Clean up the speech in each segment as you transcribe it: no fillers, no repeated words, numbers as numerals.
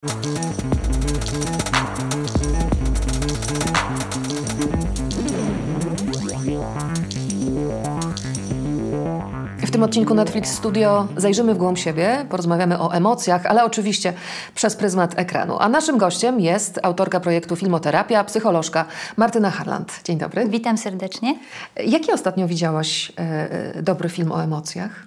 W tym odcinku Netflix Studio zajrzymy w głąb siebie, porozmawiamy o emocjach, ale oczywiście przez pryzmat ekranu. A naszym gościem jest autorka projektu Filmoterapia, psycholożka Martyna Harland. Dzień dobry. Witam serdecznie. Jaki ostatnio widziałaś dobry film o emocjach?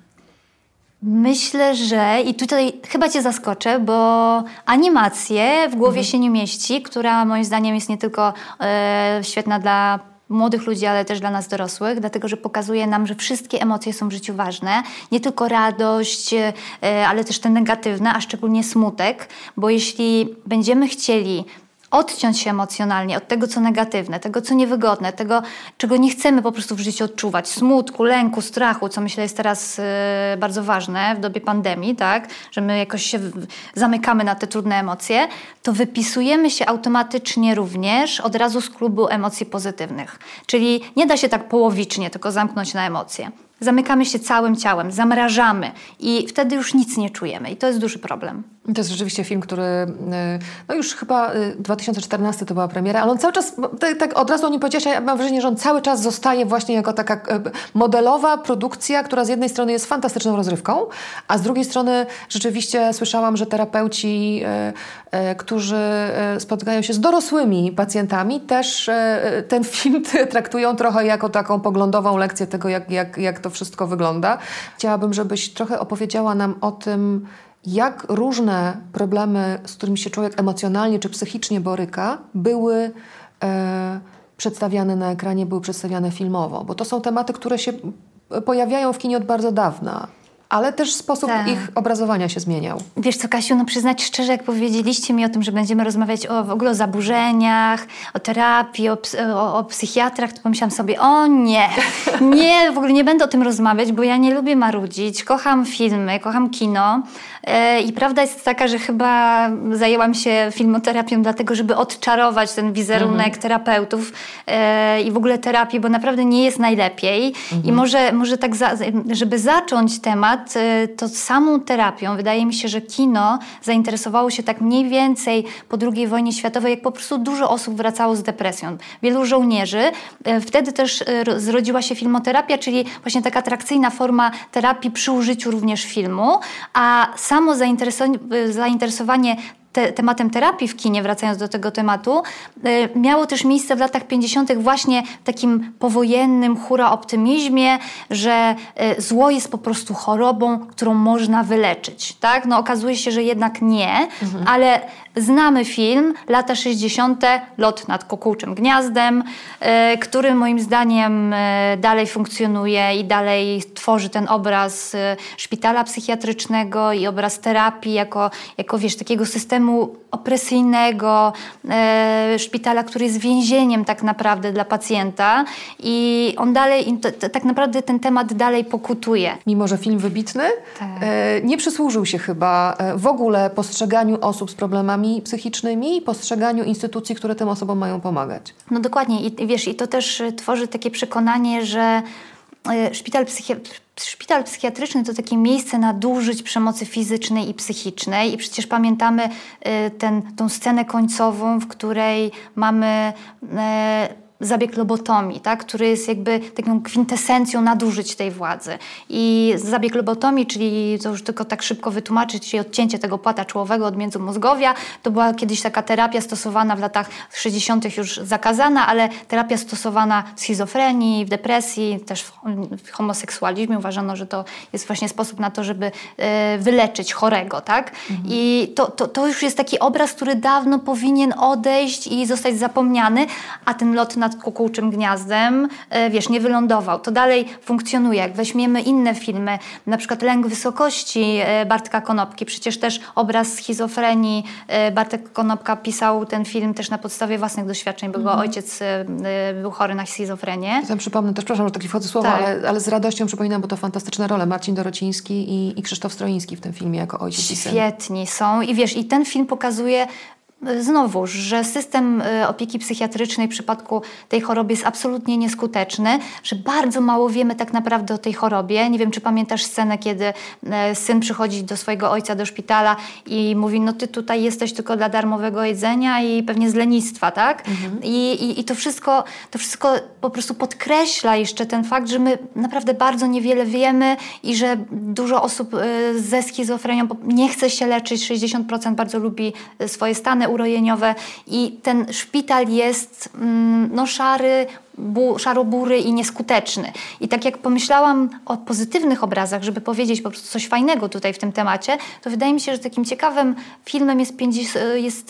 Myślę, że i tutaj chyba Cię zaskoczę, bo animację w głowie się nie mieści, która moim zdaniem jest nie tylko świetna dla młodych ludzi, ale też dla nas dorosłych, dlatego że pokazuje nam, że wszystkie emocje są w życiu ważne. Nie tylko radość, ale też te negatywne, a szczególnie smutek, bo jeśli będziemy chcieli odciąć się emocjonalnie od tego, co negatywne, tego, co niewygodne, tego, czego nie chcemy po prostu w życiu odczuwać, smutku, lęku, strachu, co myślę jest teraz bardzo ważne w dobie pandemii, tak, że my jakoś się zamykamy na te trudne emocje, to wypisujemy się automatycznie również od razu z klubu emocji pozytywnych. Czyli nie da się tak połowicznie tylko zamknąć na emocje. Zamykamy się całym ciałem, zamrażamy i wtedy już nic nie czujemy i to jest duży problem. To jest rzeczywiście film, który no już chyba 2014 to była premiera, ale on cały czas, tak od razu o nim powiedziałaś, ja mam wrażenie, że on cały czas zostaje właśnie jako taka modelowa produkcja, która z jednej strony jest fantastyczną rozrywką, a z drugiej strony rzeczywiście słyszałam, że terapeuci, którzy spotykają się z dorosłymi pacjentami, też ten film traktują trochę jako taką poglądową lekcję tego, jak to wszystko wygląda. Chciałabym, żebyś trochę opowiedziała nam o tym, jak różne problemy, z którymi się człowiek emocjonalnie czy psychicznie boryka, były przedstawiane na ekranie, były przedstawiane filmowo. Bo to są tematy, które się pojawiają w kinie od bardzo dawna. Ale też sposób ich obrazowania się zmieniał. Wiesz co, Kasiu, no przyznać szczerze, jak powiedzieliście mi o tym, że będziemy rozmawiać w ogóle o zaburzeniach, o terapii, o psychiatrach, to pomyślałam sobie, o nie, w ogóle nie będę o tym rozmawiać, bo ja nie lubię marudzić, kocham filmy, kocham kino i prawda jest taka, że chyba zajęłam się filmoterapią dlatego, żeby odczarować ten wizerunek terapeutów i w ogóle terapii, bo naprawdę nie jest najlepiej i może tak, żeby zacząć temat, to samą terapią wydaje mi się, że kino zainteresowało się tak mniej więcej po II wojnie światowej, jak po prostu dużo osób wracało z depresją. Wielu żołnierzy. Wtedy też zrodziła się filmoterapia, czyli właśnie taka atrakcyjna forma terapii przy użyciu również filmu, a samo zainteresowanie tematem terapii w kinie, wracając do tego tematu, miało też miejsce w latach 50. właśnie w takim powojennym hura optymizmie, że zło jest po prostu chorobą, którą można wyleczyć. Tak? No, okazuje się, że jednak nie, ale znamy film, lata 60. Lot nad kukułczym gniazdem, który moim zdaniem dalej funkcjonuje i dalej tworzy ten obraz szpitala psychiatrycznego i obraz terapii jako wiesz, takiego systemu opresyjnego szpitala, który jest więzieniem tak naprawdę dla pacjenta i on dalej, tak naprawdę ten temat dalej pokutuje. Mimo że film wybitny, nie przysłużył się chyba w ogóle postrzeganiu osób z problemami psychicznymi i postrzeganiu instytucji, które tym osobom mają pomagać. No dokładnie i wiesz, i to też tworzy takie przekonanie, że Szpital psychiatryczny to takie miejsce nadużyć przemocy fizycznej i psychicznej i przecież pamiętamy tą scenę końcową, w której mamy zabieg lobotomii, tak? Który jest jakby taką kwintesencją nadużyć tej władzy. I zabieg lobotomii, czyli to już tylko tak szybko wytłumaczyć, czyli odcięcie tego płata czołowego od międzymózgowia, to była kiedyś taka terapia stosowana w latach 60. już zakazana, ale terapia stosowana w schizofrenii, w depresji, też w homoseksualizmie. Uważano, że to jest właśnie sposób na to, żeby wyleczyć chorego, tak? I to już jest taki obraz, który dawno powinien odejść i zostać zapomniany, a ten lot nad kukułczym gniazdem, wiesz, nie wylądował. To dalej funkcjonuje. Jak weźmiemy inne filmy, na przykład Lęk wysokości Bartka Konopki, przecież też obraz schizofrenii. Bartek Konopka pisał ten film też na podstawie własnych doświadczeń, bo jego ojciec był chory na schizofrenię. Ja tam przypomnę też, przepraszam, że takie wchodzę słowa, tak. ale z radością przypominam, bo to fantastyczne role. Marcin Dorociński i Krzysztof Stroiński w tym filmie jako ojciec i syn. Świetni są i wiesz, i ten film pokazuje znowuż, że system opieki psychiatrycznej w przypadku tej choroby jest absolutnie nieskuteczny, że bardzo mało wiemy tak naprawdę o tej chorobie. Nie wiem, czy pamiętasz scenę, kiedy syn przychodzi do swojego ojca do szpitala i mówi, no ty tutaj jesteś tylko dla darmowego jedzenia i pewnie z lenistwa, tak? I to wszystko po prostu podkreśla jeszcze ten fakt, że my naprawdę bardzo niewiele wiemy i że dużo osób ze schizofrenią nie chce się leczyć, 60% bardzo lubi swoje stany urojeniowe i ten szpital jest szaro-bury i nieskuteczny. I tak jak pomyślałam o pozytywnych obrazach, żeby powiedzieć po prostu coś fajnego tutaj w tym temacie, to wydaje mi się, że takim ciekawym filmem jest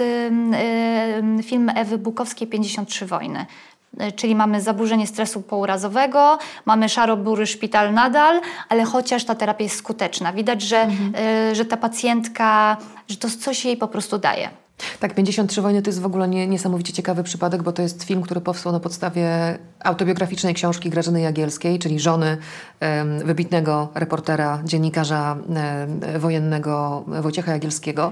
film Ewy Bukowskiej 53 wojny. Czyli mamy zaburzenie stresu pourazowego, mamy szaro-bury szpital nadal, ale chociaż ta terapia jest skuteczna. Widać, że ta pacjentka, że to coś jej po prostu daje. Tak, 53 wojny to jest w ogóle niesamowicie ciekawy przypadek, bo to jest film, który powstał na podstawie autobiograficznej książki Grażyny Jagielskiej, czyli żony wybitnego reportera, dziennikarza wojennego Wojciecha Jagielskiego.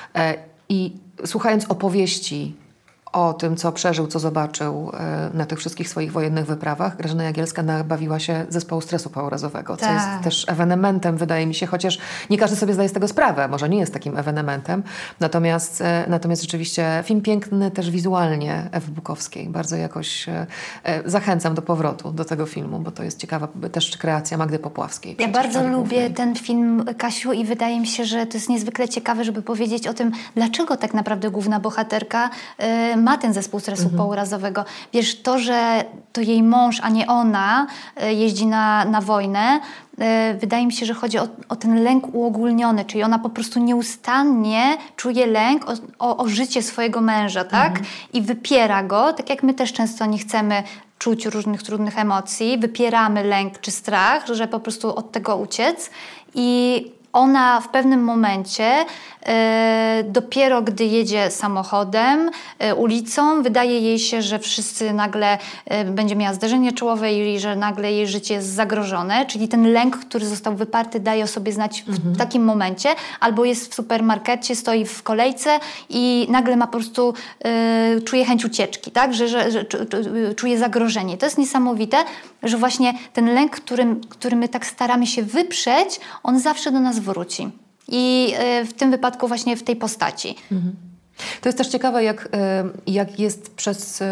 I słuchając opowieści o tym, co przeżył, co zobaczył na tych wszystkich swoich wojennych wyprawach, Grażyna Jagielska nabawiła się zespołu stresu pourazowego, co jest też ewenementem, wydaje mi się, chociaż nie każdy sobie zdaje z tego sprawę, może nie jest takim ewenementem, natomiast rzeczywiście film piękny też wizualnie Ewy Bukowskiej. Bardzo jakoś zachęcam do powrotu do tego filmu, bo to jest ciekawa też kreacja Magdy Popławskiej. Ja bardzo lubię ten film, Kasiu, i wydaje mi się, że to jest niezwykle ciekawe, żeby powiedzieć o tym, dlaczego tak naprawdę główna bohaterka ma ten zespół stresu pourazowego. Wiesz, to, że to jej mąż, a nie ona jeździ na wojnę, wydaje mi się, że chodzi o ten lęk uogólniony, czyli ona po prostu nieustannie czuje lęk o życie swojego męża, tak? I wypiera go, tak jak my też często nie chcemy czuć różnych trudnych emocji, wypieramy lęk czy strach, że po prostu od tego uciec i ona w pewnym momencie, dopiero gdy jedzie samochodem, ulicą, wydaje jej się, że wszyscy nagle będzie miała zderzenie czołowe i że nagle jej życie jest zagrożone, czyli ten lęk, który został wyparty, daje o sobie znać w takim momencie, albo jest w supermarkecie, stoi w kolejce i nagle ma po prostu, czuje chęć ucieczki, tak? że czuje zagrożenie. To jest niesamowite, że właśnie ten lęk, który my tak staramy się wyprzeć, on zawsze do nas wróci. I w tym wypadku właśnie w tej postaci. To jest też ciekawe, jak jest przez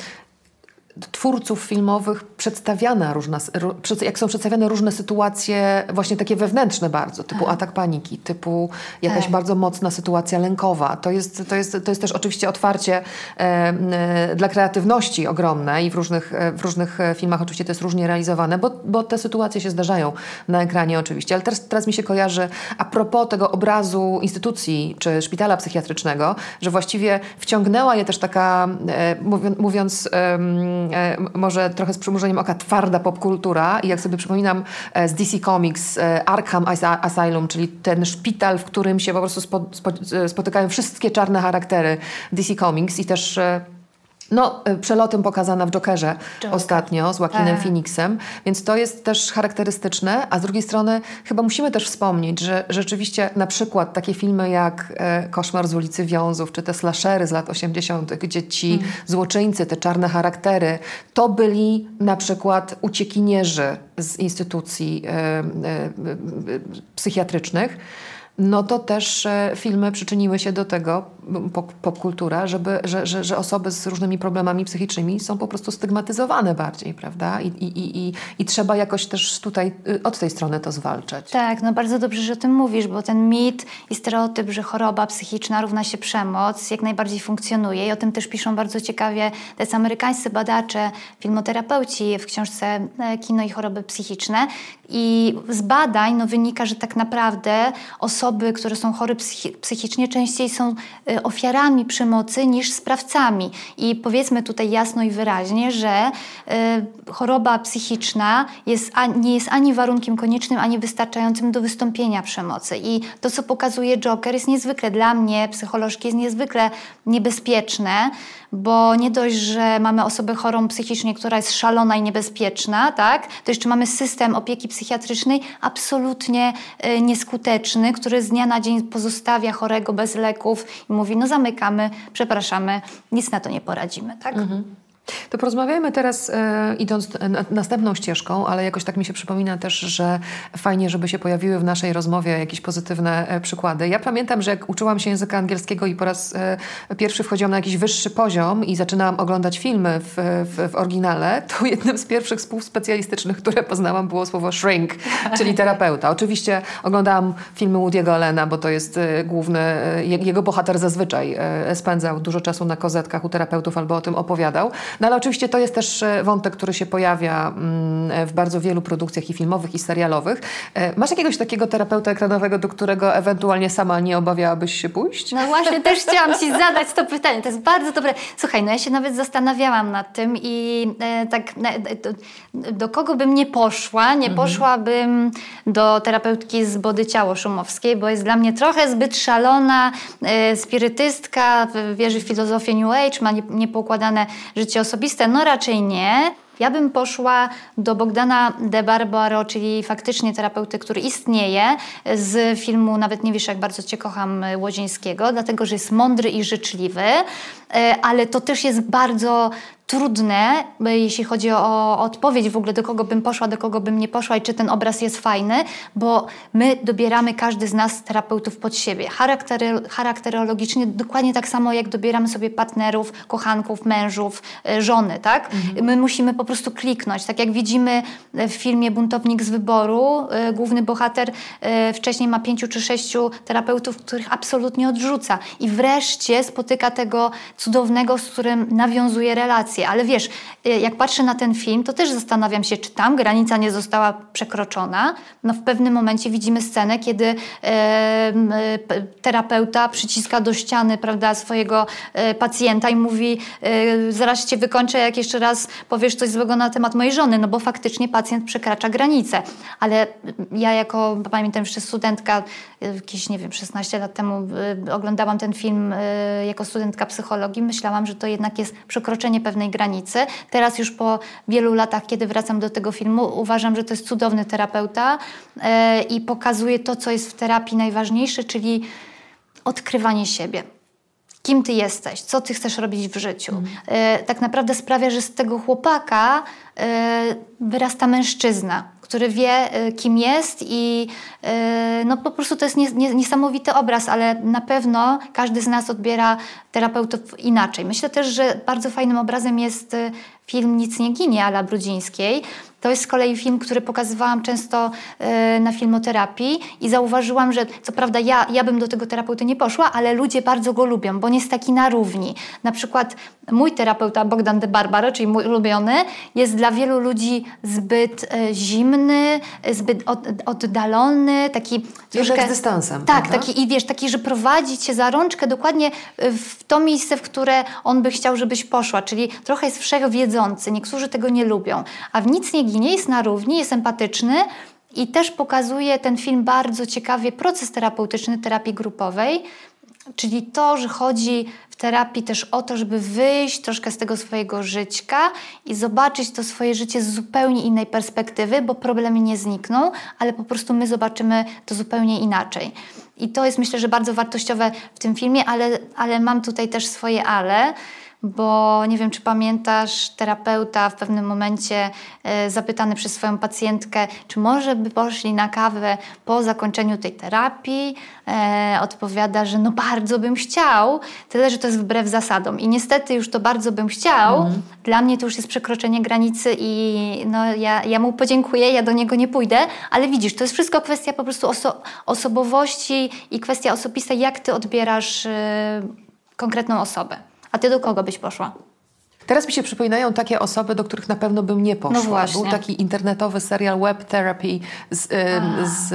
twórców filmowych jak są przedstawiane różne sytuacje właśnie takie wewnętrzne bardzo, typu atak paniki, typu jakaś bardzo mocna sytuacja lękowa. To jest też oczywiście otwarcie dla kreatywności ogromne i w różnych filmach oczywiście to jest różnie realizowane, bo te sytuacje się zdarzają na ekranie oczywiście. Ale teraz mi się kojarzy a propos tego obrazu instytucji czy szpitala psychiatrycznego, że właściwie wciągnęła je też taka, mówiąc może trochę z przymrużeniem oka, twarda popkultura. I jak sobie przypominam z DC Comics Arkham Asylum, czyli ten szpital, w którym się po prostu spotykają wszystkie czarne charaktery DC Comics i też przelotem pokazana w Jokerze ostatnio z Joaquinem Phoenixem, więc to jest też charakterystyczne, a z drugiej strony chyba musimy też wspomnieć, że rzeczywiście na przykład takie filmy jak Koszmar z ulicy Wiązów, czy te slashery z lat 80., gdzie ci złoczyńcy, te czarne charaktery, to byli na przykład uciekinierzy z instytucji psychiatrycznych, no to też filmy przyczyniły się do tego, popkultura, że osoby z różnymi problemami psychicznymi są po prostu stygmatyzowane bardziej, prawda? I trzeba jakoś też tutaj od tej strony to zwalczać. Tak, no bardzo dobrze, że o tym mówisz, bo ten mit i stereotyp, że choroba psychiczna równa się przemoc, jak najbardziej funkcjonuje i o tym też piszą bardzo ciekawie tacy amerykańscy badacze, filmoterapeuci w książce Kino i choroby psychiczne. I z badań wynika, że tak naprawdę osoby, które są chore psychicznie, częściej są ofiarami przemocy niż sprawcami. I powiedzmy tutaj jasno i wyraźnie, że choroba psychiczna nie jest ani warunkiem koniecznym, ani wystarczającym do wystąpienia przemocy. I to, co pokazuje Joker, jest niezwykle dla mnie, psycholożki, jest niezwykle niebezpieczne, bo nie dość, że mamy osobę chorą psychicznie, która jest szalona i niebezpieczna, tak, to jeszcze mamy system opieki psychiatrycznej absolutnie nieskuteczny, który z dnia na dzień pozostawia chorego bez leków i mówi, mówi, no zamykamy, przepraszamy, nic na to nie poradzimy, tak? To porozmawiajmy teraz, idąc następną ścieżką, ale jakoś tak mi się przypomina też, że fajnie, żeby się pojawiły w naszej rozmowie jakieś pozytywne przykłady. Ja pamiętam, że jak uczyłam się języka angielskiego i po raz pierwszy wchodziłam na jakiś wyższy poziom i zaczynałam oglądać filmy w oryginale, to jednym z pierwszych słów specjalistycznych, które poznałam, było słowo shrink, czyli terapeuta. Oczywiście oglądałam filmy Woody'ego Allena, bo to jest główny, jego bohater zazwyczaj spędzał dużo czasu na kozetkach u terapeutów albo o tym opowiadał. No ale oczywiście to jest też wątek, który się pojawia w bardzo wielu produkcjach i filmowych, i serialowych. Masz jakiegoś takiego terapeuta ekranowego, do którego ewentualnie sama nie obawiałabyś się pójść? No właśnie, też chciałam Ci zadać to pytanie. To jest bardzo dobre. Słuchaj, no ja się nawet zastanawiałam nad tym i do kogo bym nie poszła? Nie poszłabym do terapeutki z Body Ciało Szumowskiej, bo jest dla mnie trochę zbyt szalona, spirytystka, wierzy w filozofię New Age, ma niepoukładane życie osobiste. No raczej nie. Ja bym poszła do Bogdana de Barbaro, czyli faktycznie terapeuty, który istnieje, z filmu Nawet nie wiesz, jak bardzo Cię kocham Łodzińskiego, dlatego, że jest mądry i życzliwy, ale to też jest bardzo trudne, jeśli chodzi o odpowiedź w ogóle, do kogo bym poszła, do kogo bym nie poszła i czy ten obraz jest fajny, bo my dobieramy, każdy z nas, terapeutów pod siebie. Charakterologicznie dokładnie tak samo, jak dobieramy sobie partnerów, kochanków, mężów, żony, tak? My musimy po prostu kliknąć. Tak jak widzimy w filmie Buntownik z wyboru, główny bohater wcześniej ma 5 czy 6 terapeutów, których absolutnie odrzuca. I wreszcie spotyka tego cudownego, z którym nawiązuje relacje. Ale wiesz, jak patrzę na ten film, to też zastanawiam się, czy tam granica nie została przekroczona. No w pewnym momencie widzimy scenę, kiedy terapeuta przyciska do ściany, prawda, swojego pacjenta i mówi, zaraz cię wykończę, jak jeszcze raz powiesz coś złego na temat mojej żony, no bo faktycznie pacjent przekracza granicę. Ale ja jako, pamiętam jeszcze studentka, jakieś, nie wiem, 16 lat temu oglądałam ten film jako studentka psychologii, myślałam, że to jednak jest przekroczenie pewnej granicy. Teraz już po wielu latach, kiedy wracam do tego filmu, uważam, że to jest cudowny terapeuta i pokazuje to, co jest w terapii najważniejsze, czyli odkrywanie siebie. Kim ty jesteś? Co ty chcesz robić w życiu? Tak naprawdę sprawia, że z tego chłopaka wyrasta mężczyzna, który wie, kim jest i no po prostu to jest niesamowity obraz, ale na pewno każdy z nas odbiera terapeutów inaczej. Myślę też, że bardzo fajnym obrazem jest film Nic nie ginie Ala Brudzińskiej. To jest z kolei film, który pokazywałam często na filmoterapii i zauważyłam, że co prawda ja bym do tego terapeuty nie poszła, ale ludzie bardzo go lubią, bo on jest taki na równi. Na przykład mój terapeuta Bogdan de Barbaro, czyli mój ulubiony, jest dla wielu ludzi zbyt zimny, zbyt oddalony, taki troszkę z dystansem. Tak, prawda? taki i wiesz, taki, że prowadzi cię za rączkę dokładnie w to miejsce, w które on by chciał, żebyś poszła, czyli trochę jest wszechwiedzący. Niektórzy tego nie lubią, a w Nic nie ginie jest na równi, jest empatyczny i też pokazuje ten film bardzo ciekawie proces terapeutyczny terapii grupowej, czyli to, że chodzi w terapii też o to, żeby wyjść troszkę z tego swojego żyćka i zobaczyć to swoje życie z zupełnie innej perspektywy, bo problemy nie znikną, ale po prostu my zobaczymy to zupełnie inaczej. I to jest, myślę, że bardzo wartościowe w tym filmie, ale mam tutaj też swoje ale, bo nie wiem, czy pamiętasz, terapeuta w pewnym momencie zapytany przez swoją pacjentkę, czy może by poszli na kawę po zakończeniu tej terapii, odpowiada, że no bardzo bym chciał, tyle, że to jest wbrew zasadom. I niestety już to bardzo bym chciał, dla mnie to już jest przekroczenie granicy i no, ja mu podziękuję, ja do niego nie pójdę, ale widzisz, to jest wszystko kwestia po prostu osobowości i kwestia osobista, jak ty odbierasz konkretną osobę. A ty do kogo byś poszła? Teraz mi się przypominają takie osoby, do których na pewno bym nie poszła. No właśnie. Był taki internetowy serial Web Therapy z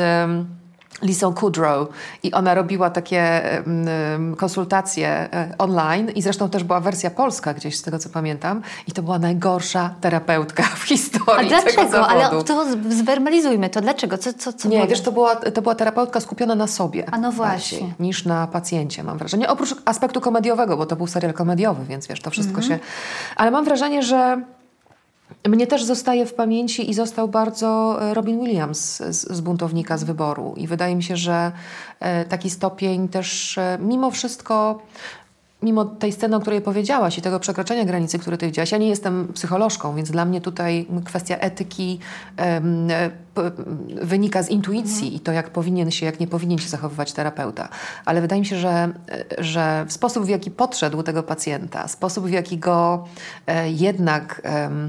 Lisą Kudrow i ona robiła takie konsultacje online i zresztą też była wersja polska gdzieś z tego, co pamiętam i to była najgorsza terapeutka w historii tego zawodu. A dlaczego? Ale to zwerbalizujmy to. Dlaczego? Co nie, było? wiesz, to była terapeutka skupiona na sobie. A no właśnie. Niż na pacjencie, mam wrażenie. Oprócz aspektu komediowego, bo to był serial komediowy, więc wiesz, to wszystko się... Ale mam wrażenie, że Mnie też zostaje w pamięci i został bardzo Robin Williams z Buntownika z Wyboru. I wydaje mi się, że taki stopień też mimo wszystko, mimo tej sceny, o której powiedziałaś i tego przekroczenia granicy, które ty widziałaś, ja nie jestem psycholożką, więc dla mnie tutaj kwestia etyki wynika z intuicji i to, jak nie powinien się zachowywać terapeuta. Ale wydaje mi się, że sposób, w jaki podszedł tego pacjenta, sposób, w jaki go jednak...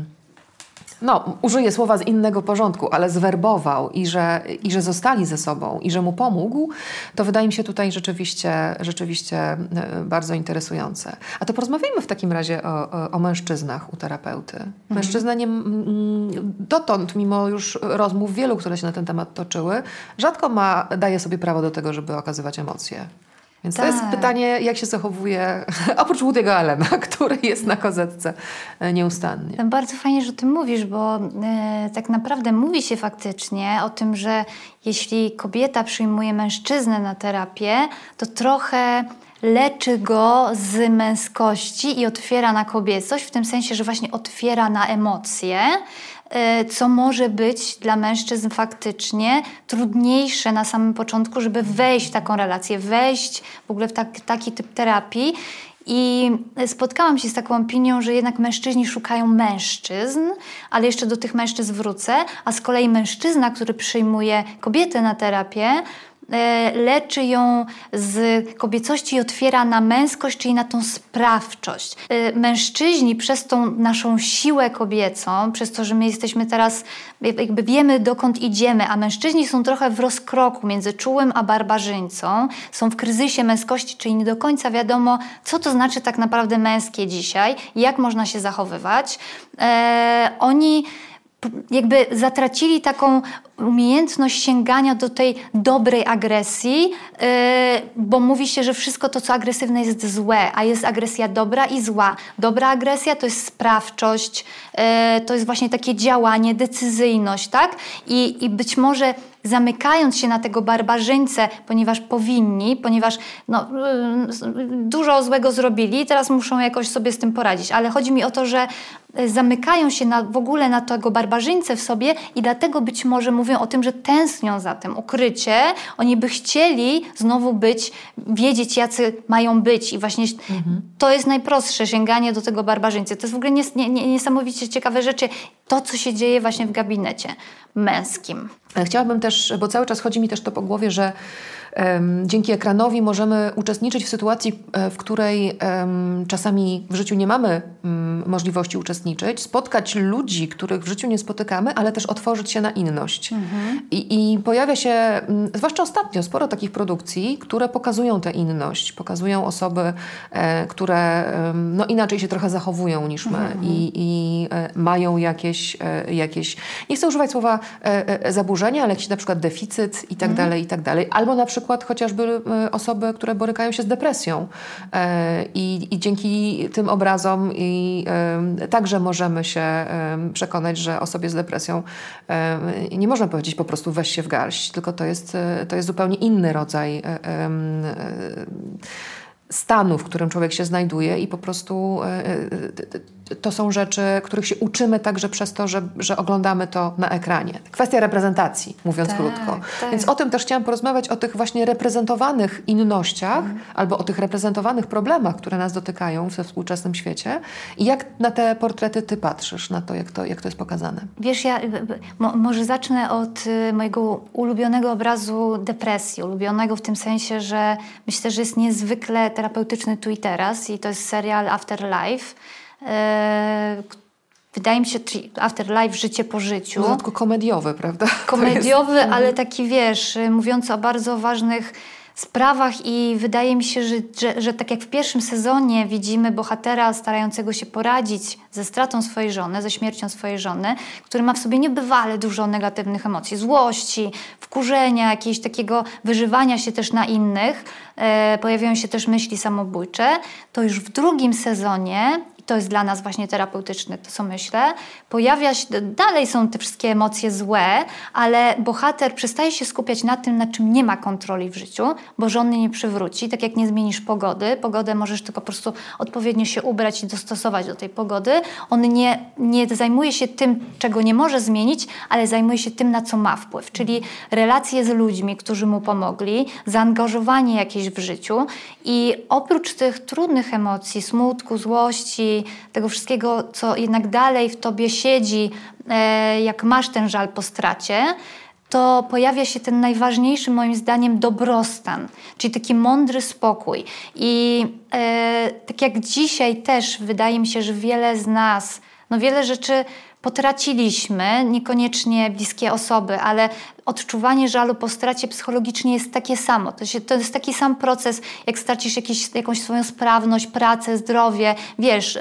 użyję słowa z innego porządku, ale zwerbował i że zostali ze sobą i że mu pomógł, to wydaje mi się tutaj rzeczywiście bardzo interesujące. A to porozmawiajmy w takim razie o mężczyznach u terapeuty. Mężczyzna dotąd, mimo już rozmów wielu, które się na ten temat toczyły, rzadko daje sobie prawo do tego, żeby okazywać emocje. Więc to jest pytanie, jak się zachowuje, oprócz Woody'ego Allena, który jest na kozetce nieustannie. Bardzo fajnie, że o tym mówisz, bo tak naprawdę mówi się faktycznie o tym, że jeśli kobieta przyjmuje mężczyznę na terapię, to trochę leczy go z męskości i otwiera na kobiecość, w tym sensie, że właśnie otwiera na emocje, co może być dla mężczyzn faktycznie trudniejsze na samym początku, żeby wejść w taką relację, wejść w ogóle w taki typ terapii. I spotkałam się z taką opinią, że jednak mężczyźni szukają mężczyzn, ale jeszcze do tych mężczyzn wrócę, a z kolei mężczyzna, który przyjmuje kobietę na terapię, leczy ją z kobiecości i otwiera na męskość, czyli na tą sprawczość. Mężczyźni przez tą naszą siłę kobiecą, przez to, że my jesteśmy teraz, jakby wiemy dokąd idziemy, a mężczyźni są trochę w rozkroku między czułym a barbarzyńcą, są w kryzysie męskości, czyli nie do końca wiadomo, co to znaczy tak naprawdę męskie dzisiaj, jak można się zachowywać. Oni jakby zatracili taką umiejętność sięgania do tej dobrej agresji, bo mówi się, że wszystko to, co agresywne, jest złe, a jest agresja dobra i zła. Dobra agresja to jest sprawczość, to jest właśnie takie działanie, decyzyjność, tak? I być może zamykając się na tego barbarzyńcę, ponieważ dużo złego zrobili i teraz muszą jakoś sobie z tym poradzić. Ale chodzi mi o to, że zamykają się w ogóle na tego barbarzyńcę w sobie i dlatego być może mówią o tym, że tęsknią za tym ukrycie. Oni by chcieli znowu wiedzieć, jacy mają być. I właśnie to jest najprostsze, sięganie do tego barbarzyńcy. To jest w ogóle niesamowicie ciekawe rzeczy. To, co się dzieje właśnie w gabinecie męskim. Chciałabym też, bo cały czas chodzi mi też to po głowie, że dzięki ekranowi możemy uczestniczyć w sytuacji, w której czasami w życiu nie mamy możliwości uczestniczyć, spotkać ludzi, których w życiu nie spotykamy, ale też otworzyć się na inność. I pojawia się, zwłaszcza ostatnio, sporo takich produkcji, które pokazują tę inność, pokazują osoby, które inaczej się trochę zachowują niż my i mają jakieś, nie chcę używać słowa zaburzenia, ale jakiś na przykład deficyt i tak dalej, albo na przykład chociażby osoby, które borykają się z depresją i dzięki tym obrazom także możemy się przekonać, że osobie z depresją nie można powiedzieć po prostu weź się w garść, tylko to jest zupełnie inny rodzaj stanu, w którym człowiek się znajduje i po prostu to są rzeczy, których się uczymy także przez to, że oglądamy to na ekranie. Kwestia reprezentacji, mówiąc krótko. Tak. Więc o tym też chciałam porozmawiać, o tych właśnie reprezentowanych innościach albo o tych reprezentowanych problemach, które nas dotykają we współczesnym świecie i jak na te portrety ty patrzysz, na to, jak to jest pokazane. Wiesz, ja może zacznę od mojego ulubionego obrazu depresji. Ulubionego w tym sensie, że myślę, że jest niezwykle terapeutyczny tu i teraz i to jest serial Afterlife. Wydaje mi się, czyli Afterlife, życie po życiu. W dodatku komediowy, prawda? Komediowy, ale taki, wiesz, mówiący o bardzo ważnych sprawach i wydaje mi się, że tak jak w pierwszym sezonie widzimy bohatera starającego się poradzić ze stratą swojej żony, ze śmiercią swojej żony, który ma w sobie niebywale dużo negatywnych emocji, złości, wkurzenia, jakiegoś takiego wyżywania się też na innych, pojawiają się też myśli samobójcze, to już w drugim sezonie, i to jest dla nas właśnie terapeutyczne, to co myślę, pojawia się, dalej są te wszystkie emocje złe, ale bohater przestaje się skupiać na tym, na czym nie ma kontroli w życiu, bo żony nie przywróci, tak jak nie zmienisz pogodę możesz tylko po prostu odpowiednio się ubrać i dostosować do tej pogody. On nie zajmuje się tym, czego nie może zmienić, ale zajmuje się tym, na co ma wpływ, czyli relacje z ludźmi, którzy mu pomogli, zaangażowanie jakieś w życiu i oprócz tych trudnych emocji, smutku, złości, tego wszystkiego, co jednak dalej w tobie siedzi, jak masz ten żal po stracie, to pojawia się ten najważniejszy moim zdaniem dobrostan, czyli taki mądry spokój. I tak jak dzisiaj też wydaje mi się, że wiele z nas, wiele rzeczy potraciliśmy, niekoniecznie bliskie osoby, ale odczuwanie żalu po stracie psychologicznie jest takie samo. To jest taki sam proces, jak stracisz jakąś swoją sprawność, pracę, zdrowie. Wiesz,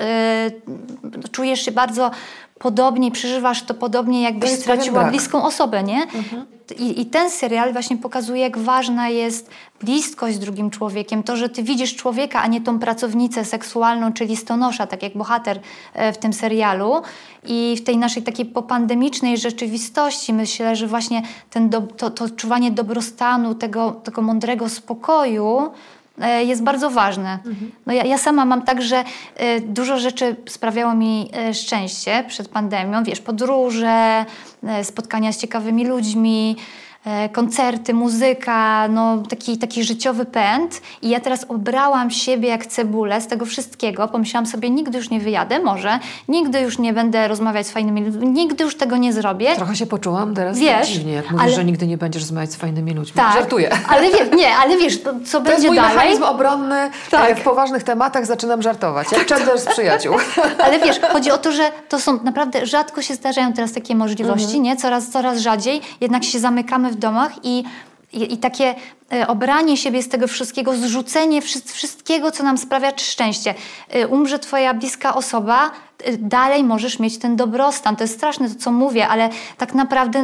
czujesz się bardzo podobnie, przeżywasz to podobnie, jakbyś straciła bliską osobę, nie? I ten serial właśnie pokazuje, jak ważna jest bliskość z drugim człowiekiem. To, że ty widzisz człowieka, a nie tą pracownicę seksualną czy listonosza, tak jak bohater w tym serialu. I w tej naszej takiej popandemicznej rzeczywistości myślę, że właśnie to odczuwanie dobrostanu, tego mądrego spokoju jest bardzo ważne. Ja sama mam tak, że dużo rzeczy sprawiało mi szczęście przed pandemią. Wiesz, podróże, spotkania z ciekawymi ludźmi, koncerty, muzyka, taki życiowy pęd. I ja teraz obrałam siebie jak cebulę z tego wszystkiego. Pomyślałam sobie, nigdy już nie wyjadę, może. Nigdy już nie będę rozmawiać z fajnymi ludźmi. Nigdy już tego nie zrobię. Trochę się poczułam teraz dziwnie, jak mówisz, że nigdy nie będziesz rozmawiać z fajnymi ludźmi. Tak, żartuję. Ale wiesz, co będzie dalej? To jest mój mechanizm obronny. Tak. W poważnych tematach zaczynam żartować. Jak Chandler z Przyjaciół. Ale wiesz, chodzi o to, że to są naprawdę, rzadko się zdarzają teraz takie możliwości, nie? Coraz rzadziej. Jednak się zamykamy w domach i takie obranie siebie z tego wszystkiego, zrzucenie wszystkiego, co nam sprawia szczęście. Umrze twoja bliska osoba, dalej możesz mieć ten dobrostan. To jest straszne to, co mówię, ale tak naprawdę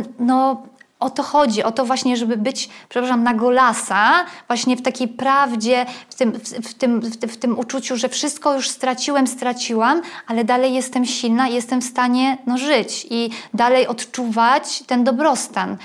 o to chodzi, o to właśnie, żeby być, na golasa, właśnie w takiej prawdzie, w tym uczuciu, że wszystko już straciłam, ale dalej jestem silna i jestem w stanie żyć i dalej odczuwać ten dobrostan.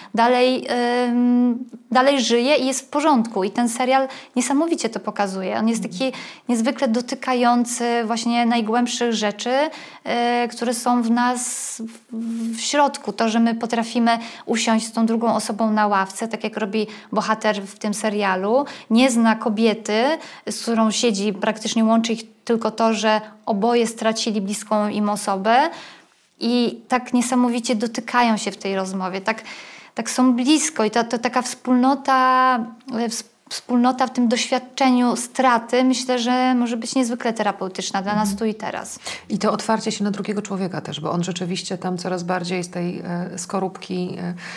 Dalej żyję i jest w porządku. I ten serial niesamowicie to pokazuje. On jest taki niezwykle dotykający właśnie najgłębszych rzeczy, które są w nas w środku. To, że my potrafimy usiąść z tą drugą osobą na ławce, tak jak robi bohater w tym serialu. Nie zna kobiety, z którą siedzi, praktycznie łączy ich tylko to, że oboje stracili bliską im osobę i tak niesamowicie dotykają się w tej rozmowie. Tak są blisko i to taka wspólnota w tym doświadczeniu straty, myślę, że może być niezwykle terapeutyczna dla nas tu i teraz. I to otwarcie się na drugiego człowieka też, bo on rzeczywiście tam coraz bardziej z tej skorupki,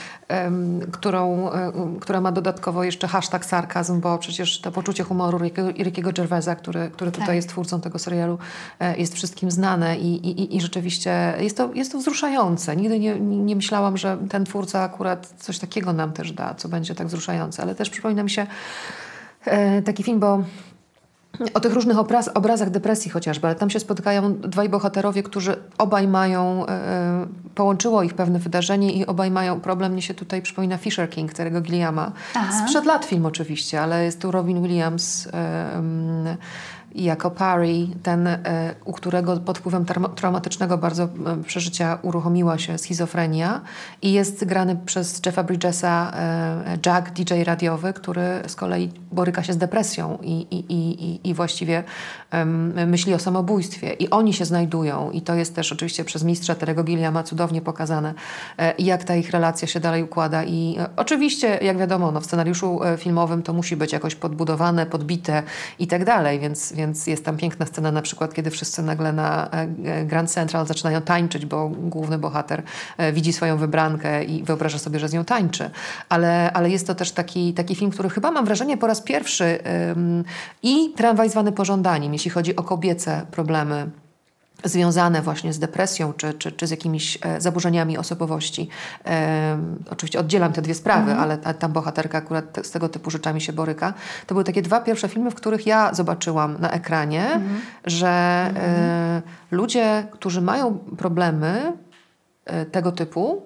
która ma dodatkowo jeszcze hashtag sarkazm, bo przecież to poczucie humoru Rickiego Gervaisa, który tutaj jest twórcą tego serialu, jest wszystkim znane i rzeczywiście jest to wzruszające. Nigdy nie myślałam, że ten twórca akurat coś takiego nam też da, co będzie tak wzruszające, ale też przypomina mi się taki film, bo o tych różnych obrazach depresji chociażby, ale tam się spotykają dwaj bohaterowie, którzy obaj mają, połączyło ich pewne wydarzenie i obaj mają problem. Mnie się tutaj przypomina Fisher King, Terry'ego Gilliama. Sprzed lat film oczywiście, ale jest tu Robin Williams jako Parry, ten, u którego pod wpływem traumatycznego bardzo przeżycia uruchomiła się schizofrenia i jest grany przez Jeffa Bridgesa Jack, DJ radiowy, który z kolei boryka się z depresją i właściwie myśli o samobójstwie. I oni się znajdują i to jest też oczywiście przez mistrza Terry'ego Gilliama cudownie pokazane, jak ta ich relacja się dalej układa i oczywiście, jak wiadomo, w scenariuszu filmowym to musi być jakoś podbudowane, podbite i tak dalej, więc jest tam piękna scena na przykład, kiedy wszyscy nagle na Grand Central zaczynają tańczyć, bo główny bohater widzi swoją wybrankę i wyobraża sobie, że z nią tańczy. Ale jest to też taki film, który chyba mam wrażenie po raz pierwszy i Tramwaj zwany pożądaniem, jeśli chodzi o kobiece problemy związane właśnie z depresją czy z jakimiś zaburzeniami osobowości. Oczywiście oddzielam te dwie sprawy, ale tam bohaterka akurat z tego typu rzeczami się boryka. To były takie 2 pierwsze filmy, w których ja zobaczyłam na ekranie, że ludzie, którzy mają problemy tego typu,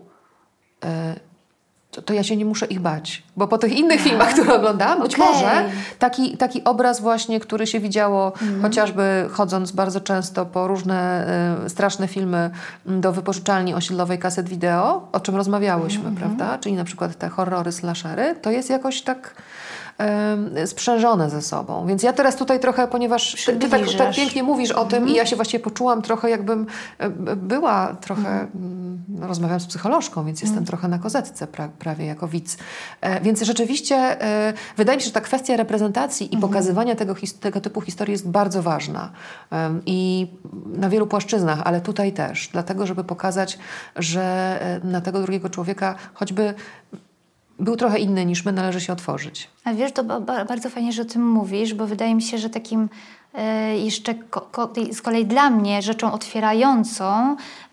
to ja się nie muszę ich bać. Bo po tych innych filmach, które oglądałam, być może taki obraz właśnie, który się widziało chociażby chodząc bardzo często po różne straszne filmy do wypożyczalni osiedlowej kaset wideo, o czym rozmawiałyśmy, prawda? Czyli na przykład te horrory, slashery, to jest jakoś tak sprzężone ze sobą. Więc ja teraz tutaj trochę, ponieważ ty tak pięknie mówisz o tym i ja się właściwie poczułam trochę jakbym była trochę, rozmawiam z psycholożką, więc jestem trochę na kozetce prawie jako widz. Więc rzeczywiście wydaje mi się, że ta kwestia reprezentacji i pokazywania tego typu historii jest bardzo ważna. I na wielu płaszczyznach, ale tutaj też. Dlatego, żeby pokazać, że na tego drugiego człowieka choćby był trochę inny niż my, należy się otworzyć. A wiesz, to bardzo fajnie, że o tym mówisz, bo wydaje mi się, że takim jeszcze z kolei dla mnie rzeczą otwierającą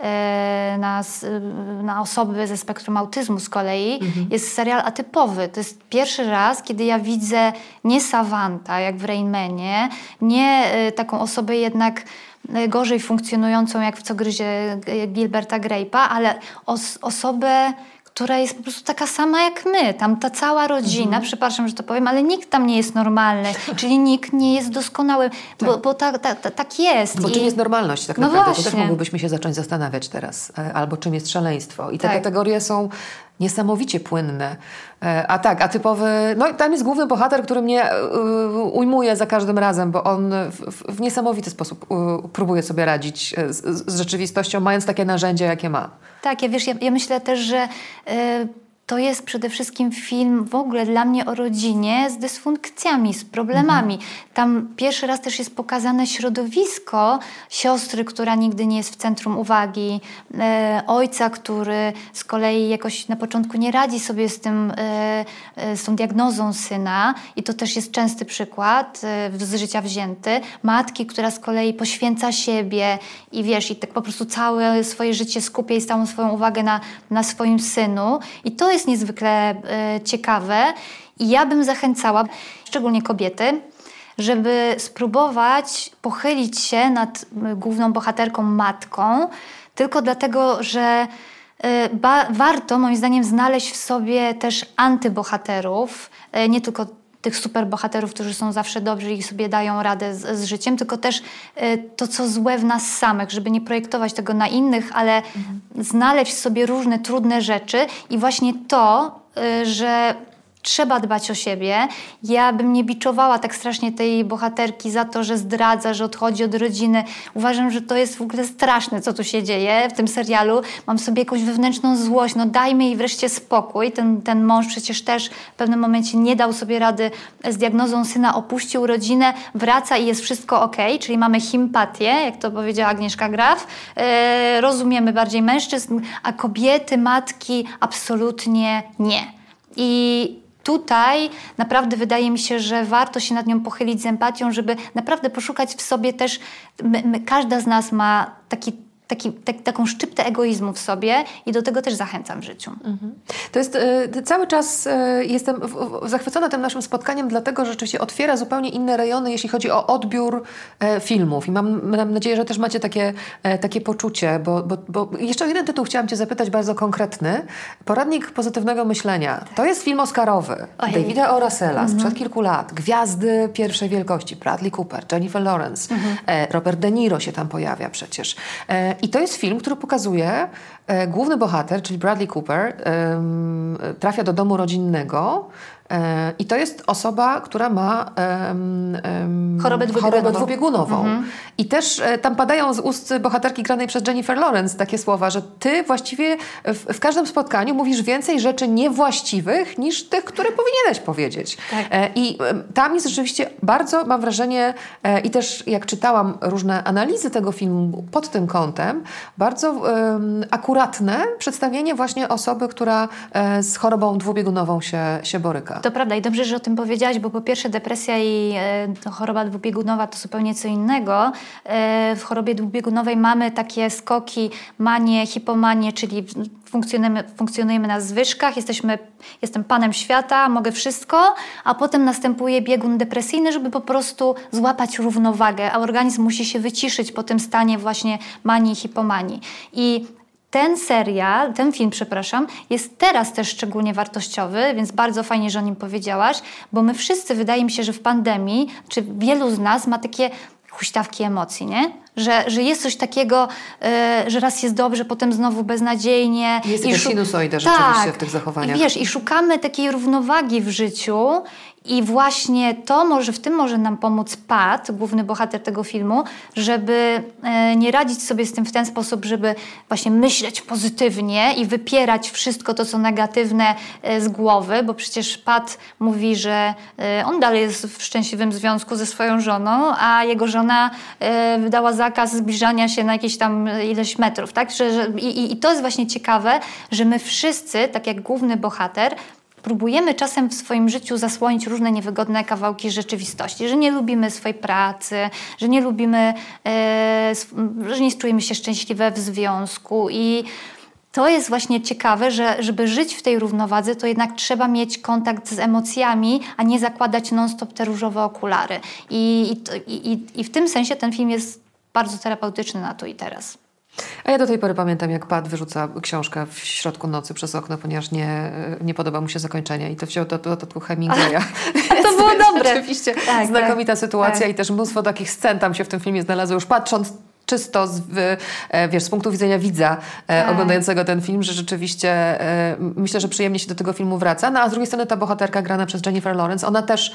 na osoby ze spektrum autyzmu z kolei jest serial atypowy. To jest pierwszy raz, kiedy ja widzę nie Savanta, jak w Rain Manie, nie taką osobę jednak gorzej funkcjonującą, jak w Co gryzie Gilberta Grape'a, ale osobę, która jest po prostu taka sama jak my. Tam ta cała rodzina, przepraszam, że to powiem, ale nikt tam nie jest normalny, czyli nikt nie jest doskonały, bo tak jest. Bo czym jest normalność tak naprawdę? To też mogłybyśmy się zacząć zastanawiać teraz. Albo czym jest szaleństwo. I te kategorie są niesamowicie płynne. Atypowy... No tam jest główny bohater, który mnie ujmuje za każdym razem, bo on w niesamowity sposób próbuje sobie radzić z rzeczywistością, mając takie narzędzia, jakie ma. Tak, ja myślę też, że to jest przede wszystkim film w ogóle dla mnie o rodzinie z dysfunkcjami, z problemami. Tam pierwszy raz też jest pokazane środowisko siostry, która nigdy nie jest w centrum uwagi, ojca, który z kolei jakoś na początku nie radzi sobie z tą diagnozą syna i to też jest częsty przykład z życia wzięty. Matki, która z kolei poświęca siebie i wiesz, i tak po prostu całe swoje życie skupia i całą swoją uwagę na swoim synu. I to jest niezwykle ciekawe i ja bym zachęcała, szczególnie kobiety, żeby spróbować pochylić się nad główną bohaterką matką, tylko dlatego, że warto moim zdaniem znaleźć w sobie też antybohaterów, nie tylko tych superbohaterów, którzy są zawsze dobrzy i sobie dają radę z życiem, tylko też to, co złe w nas samych, żeby nie projektować tego na innych, ale znaleźć w sobie różne trudne rzeczy i właśnie to, że trzeba dbać o siebie. Ja bym nie biczowała tak strasznie tej bohaterki za to, że zdradza, że odchodzi od rodziny. Uważam, że to jest w ogóle straszne, co tu się dzieje w tym serialu. Mam sobie jakąś wewnętrzną złość. No dajmy jej wreszcie spokój. Ten mąż przecież też w pewnym momencie nie dał sobie rady z diagnozą syna, opuścił rodzinę, wraca i jest wszystko okej, czyli mamy sympatię, jak to powiedziała Agnieszka Graf. Rozumiemy bardziej mężczyzn, a kobiety, matki absolutnie nie. I tutaj naprawdę wydaje mi się, że warto się nad nią pochylić z empatią, żeby naprawdę poszukać w sobie też, każda z nas ma taką szczyptę egoizmu w sobie i do tego też zachęcam w życiu. To jest, cały czas jestem zachwycona tym naszym spotkaniem, dlatego że rzeczywiście otwiera zupełnie inne rejony, jeśli chodzi o odbiór filmów. I mam nadzieję, że też macie takie poczucie, bo jeszcze o jeden tytuł chciałam Cię zapytać, bardzo konkretny. Poradnik pozytywnego myślenia. To jest film oscarowy. Davida O. Russella sprzed kilku lat. Gwiazdy pierwszej wielkości. Bradley Cooper, Jennifer Lawrence, Robert De Niro się tam pojawia przecież. I to jest film, który pokazuje, główny bohater, czyli Bradley Cooper, trafia do domu rodzinnego i to jest osoba, która ma chorobę dwubiegunową. I też tam padają z ust bohaterki granej przez Jennifer Lawrence takie słowa, że ty właściwie w każdym spotkaniu mówisz więcej rzeczy niewłaściwych niż tych, które powinieneś powiedzieć. Tak. I tam jest rzeczywiście bardzo, mam wrażenie, i też jak czytałam różne analizy tego filmu pod tym kątem, bardzo akuratne przedstawienie właśnie osoby, która z chorobą dwubiegunową się boryka. prawda. To prawda i dobrze, że o tym powiedziałaś, bo po pierwsze depresja i choroba dwubiegunowa to zupełnie co innego. W chorobie dwubiegunowej mamy takie skoki, manie, hipomanie, czyli funkcjonujemy na zwyżkach, jestem panem świata, mogę wszystko, a potem następuje biegun depresyjny, żeby po prostu złapać równowagę, a organizm musi się wyciszyć po tym stanie właśnie manii i hipomanii. I ten film, jest teraz też szczególnie wartościowy, więc bardzo fajnie, że o nim powiedziałaś, bo my wszyscy, wydaje mi się, że w pandemii, czy wielu z nas ma takie huśtawki emocji, nie? Że jest coś takiego, że raz jest dobrze, potem znowu beznadziejnie. Jest jakaś sinusoida rzeczywiście w tych zachowaniach. I szukamy takiej równowagi w życiu i właśnie w tym może nam pomóc Pat, główny bohater tego filmu, żeby nie radzić sobie z tym w ten sposób, żeby właśnie myśleć pozytywnie i wypierać wszystko to, co negatywne z głowy, bo przecież Pat mówi, że on dalej jest w szczęśliwym związku ze swoją żoną, a jego żona wydała zakaz zbliżania się na jakieś tam ileś metrów, tak? I to jest właśnie ciekawe, że my wszyscy, tak jak główny bohater, próbujemy czasem w swoim życiu zasłonić różne niewygodne kawałki rzeczywistości, że nie lubimy swojej pracy, że nie lubimy, że nie czujemy się szczęśliwe w związku i to jest właśnie ciekawe, że żeby żyć w tej równowadze, to jednak trzeba mieć kontakt z emocjami, a nie zakładać non-stop te różowe okulary. I w tym sensie ten film jest bardzo terapeutyczny na tu i teraz. A ja do tej pory pamiętam, jak Pat wyrzuca książkę w środku nocy przez okno, ponieważ nie podoba mu się zakończenie i to wziął do dodatku Hemingwaya. To było dobre. Rzeczywiście znakomita sytuacja i też mnóstwo takich scen tam się w tym filmie znalazło, już patrząc czysto z punktu widzenia widza oglądającego ten film, że rzeczywiście myślę, że przyjemnie się do tego filmu wraca. No, a z drugiej strony ta bohaterka grana przez Jennifer Lawrence, ona też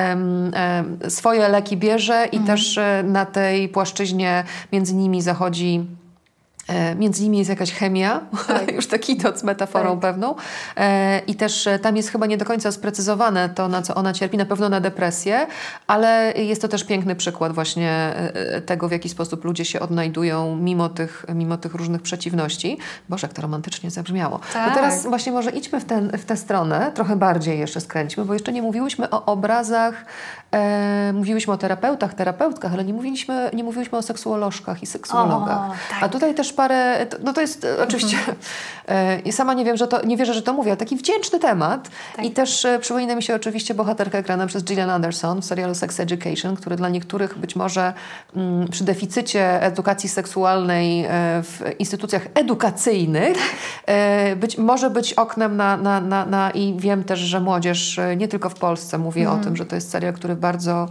swoje leki bierze i też na tej płaszczyźnie między nimi zachodzi. Między nimi jest jakaś chemia, już tak idąc metaforą pewną. I też tam jest chyba nie do końca sprecyzowane to, na co ona cierpi, na pewno na depresję, ale jest to też piękny przykład właśnie tego, w jaki sposób ludzie się odnajdują mimo tych różnych przeciwności. Boże, jak to romantycznie zabrzmiało. Tak. No teraz właśnie może idźmy w tę stronę, trochę bardziej jeszcze skręćmy, bo jeszcze nie mówiłyśmy o obrazach, mówiłyśmy o terapeutkach, ale nie mówiłyśmy o seksuolożkach i seksuologach. Tak. A tutaj też no to jest oczywiście, i sama nie wierzę, że to mówię, taki wdzięczny temat. Tak. I też przypomina mi się oczywiście bohaterka grana przez Gillian Anderson w serialu Sex Education, który dla niektórych być może przy deficycie edukacji seksualnej w instytucjach edukacyjnych może być oknem i wiem też, że młodzież nie tylko w Polsce mówi o tym, że to jest serial, który bardzo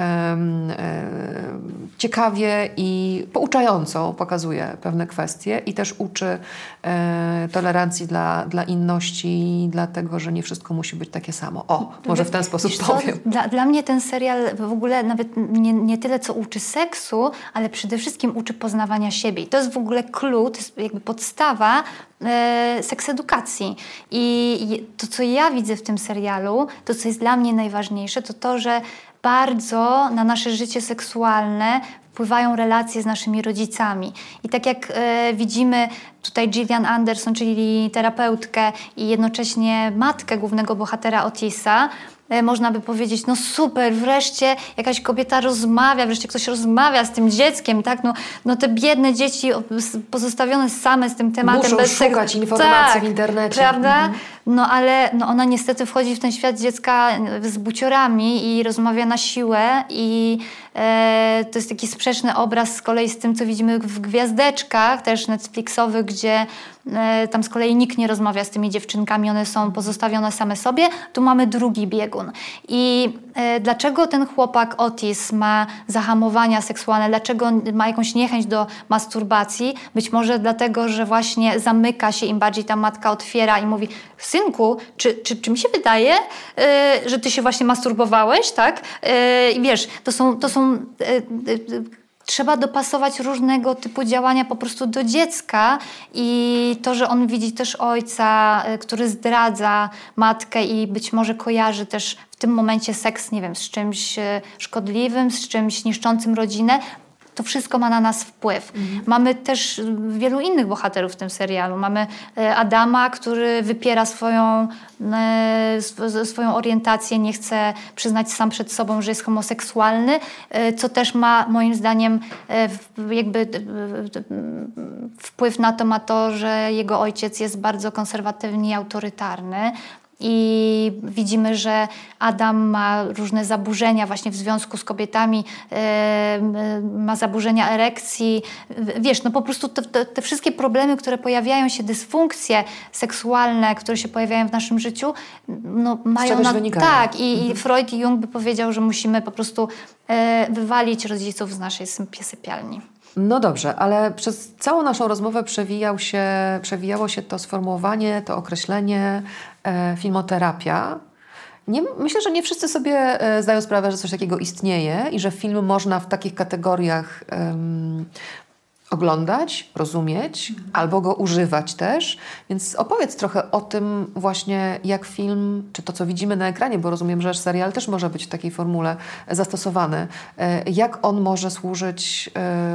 ciekawie i pouczająco pokazuje pewne kwestie i też uczy tolerancji dla inności, dlatego, że nie wszystko musi być takie samo. Może w ten sposób powiem. Dla mnie ten serial w ogóle nawet nie tyle, co uczy seksu, ale przede wszystkim uczy poznawania siebie. I to jest w ogóle clue, to jest jakby podstawa seksedukacji. I to, co ja widzę w tym serialu, to, co jest dla mnie najważniejsze, to to, że bardzo na nasze życie seksualne wpływają relacje z naszymi rodzicami. I tak jak widzimy tutaj Gillian Anderson, czyli terapeutkę i jednocześnie matkę głównego bohatera Otisa, można by powiedzieć, no super, wreszcie jakaś kobieta rozmawia, wreszcie ktoś rozmawia z tym dzieckiem, tak? No te biedne dzieci pozostawione same z tym tematem. Muszą szukać informacji w internecie. Prawda? No ale ona niestety wchodzi w ten świat dziecka z buciorami i rozmawia na siłę i to jest taki sprzeczny obraz z kolei z tym, co widzimy w Gwiazdeczkach, też Netflixowych, gdzie tam z kolei nikt nie rozmawia z tymi dziewczynkami, one są pozostawione same sobie. Tu mamy drugi biegun. I dlaczego ten chłopak Otis ma zahamowania seksualne, dlaczego ma jakąś niechęć do masturbacji? Być może dlatego, że właśnie zamyka się, im bardziej ta matka otwiera i mówi: synku, czy mi się wydaje, że ty się właśnie masturbowałeś, tak? I wiesz, to są trzeba dopasować różnego typu działania po prostu do dziecka i to, że on widzi też ojca, który zdradza matkę i być może kojarzy też w tym momencie seks, nie wiem, z czymś szkodliwym, z czymś niszczącym rodzinę. to wszystko ma na nas wpływ. Mamy też wielu innych bohaterów w tym serialu. Mamy Adama, który wypiera swoją orientację, nie chce przyznać sam przed sobą, że jest homoseksualny, co też ma moim zdaniem jakby wpływ na to ma to, że jego ojciec jest bardzo konserwatywny i autorytarny. I widzimy, że Adam ma różne zaburzenia właśnie w związku z kobietami, ma zaburzenia erekcji. Wiesz, no po prostu te wszystkie problemy, które pojawiają się, dysfunkcje seksualne, które się pojawiają w naszym życiu, no mają wynikają. Tak, i Freud i Jung by powiedział, że musimy po prostu wywalić rodziców z naszej sypialni. No dobrze, ale przez całą naszą rozmowę przewijało się to sformułowanie, to określenie filmoterapia. Myślę, że nie wszyscy sobie zdają sprawę, że coś takiego istnieje i że film można w takich kategoriach oglądać, rozumieć, albo go używać też. Więc opowiedz trochę o tym właśnie, jak film, czy to, co widzimy na ekranie, bo rozumiem, że serial też może być w takiej formule zastosowany. Jak on może służyć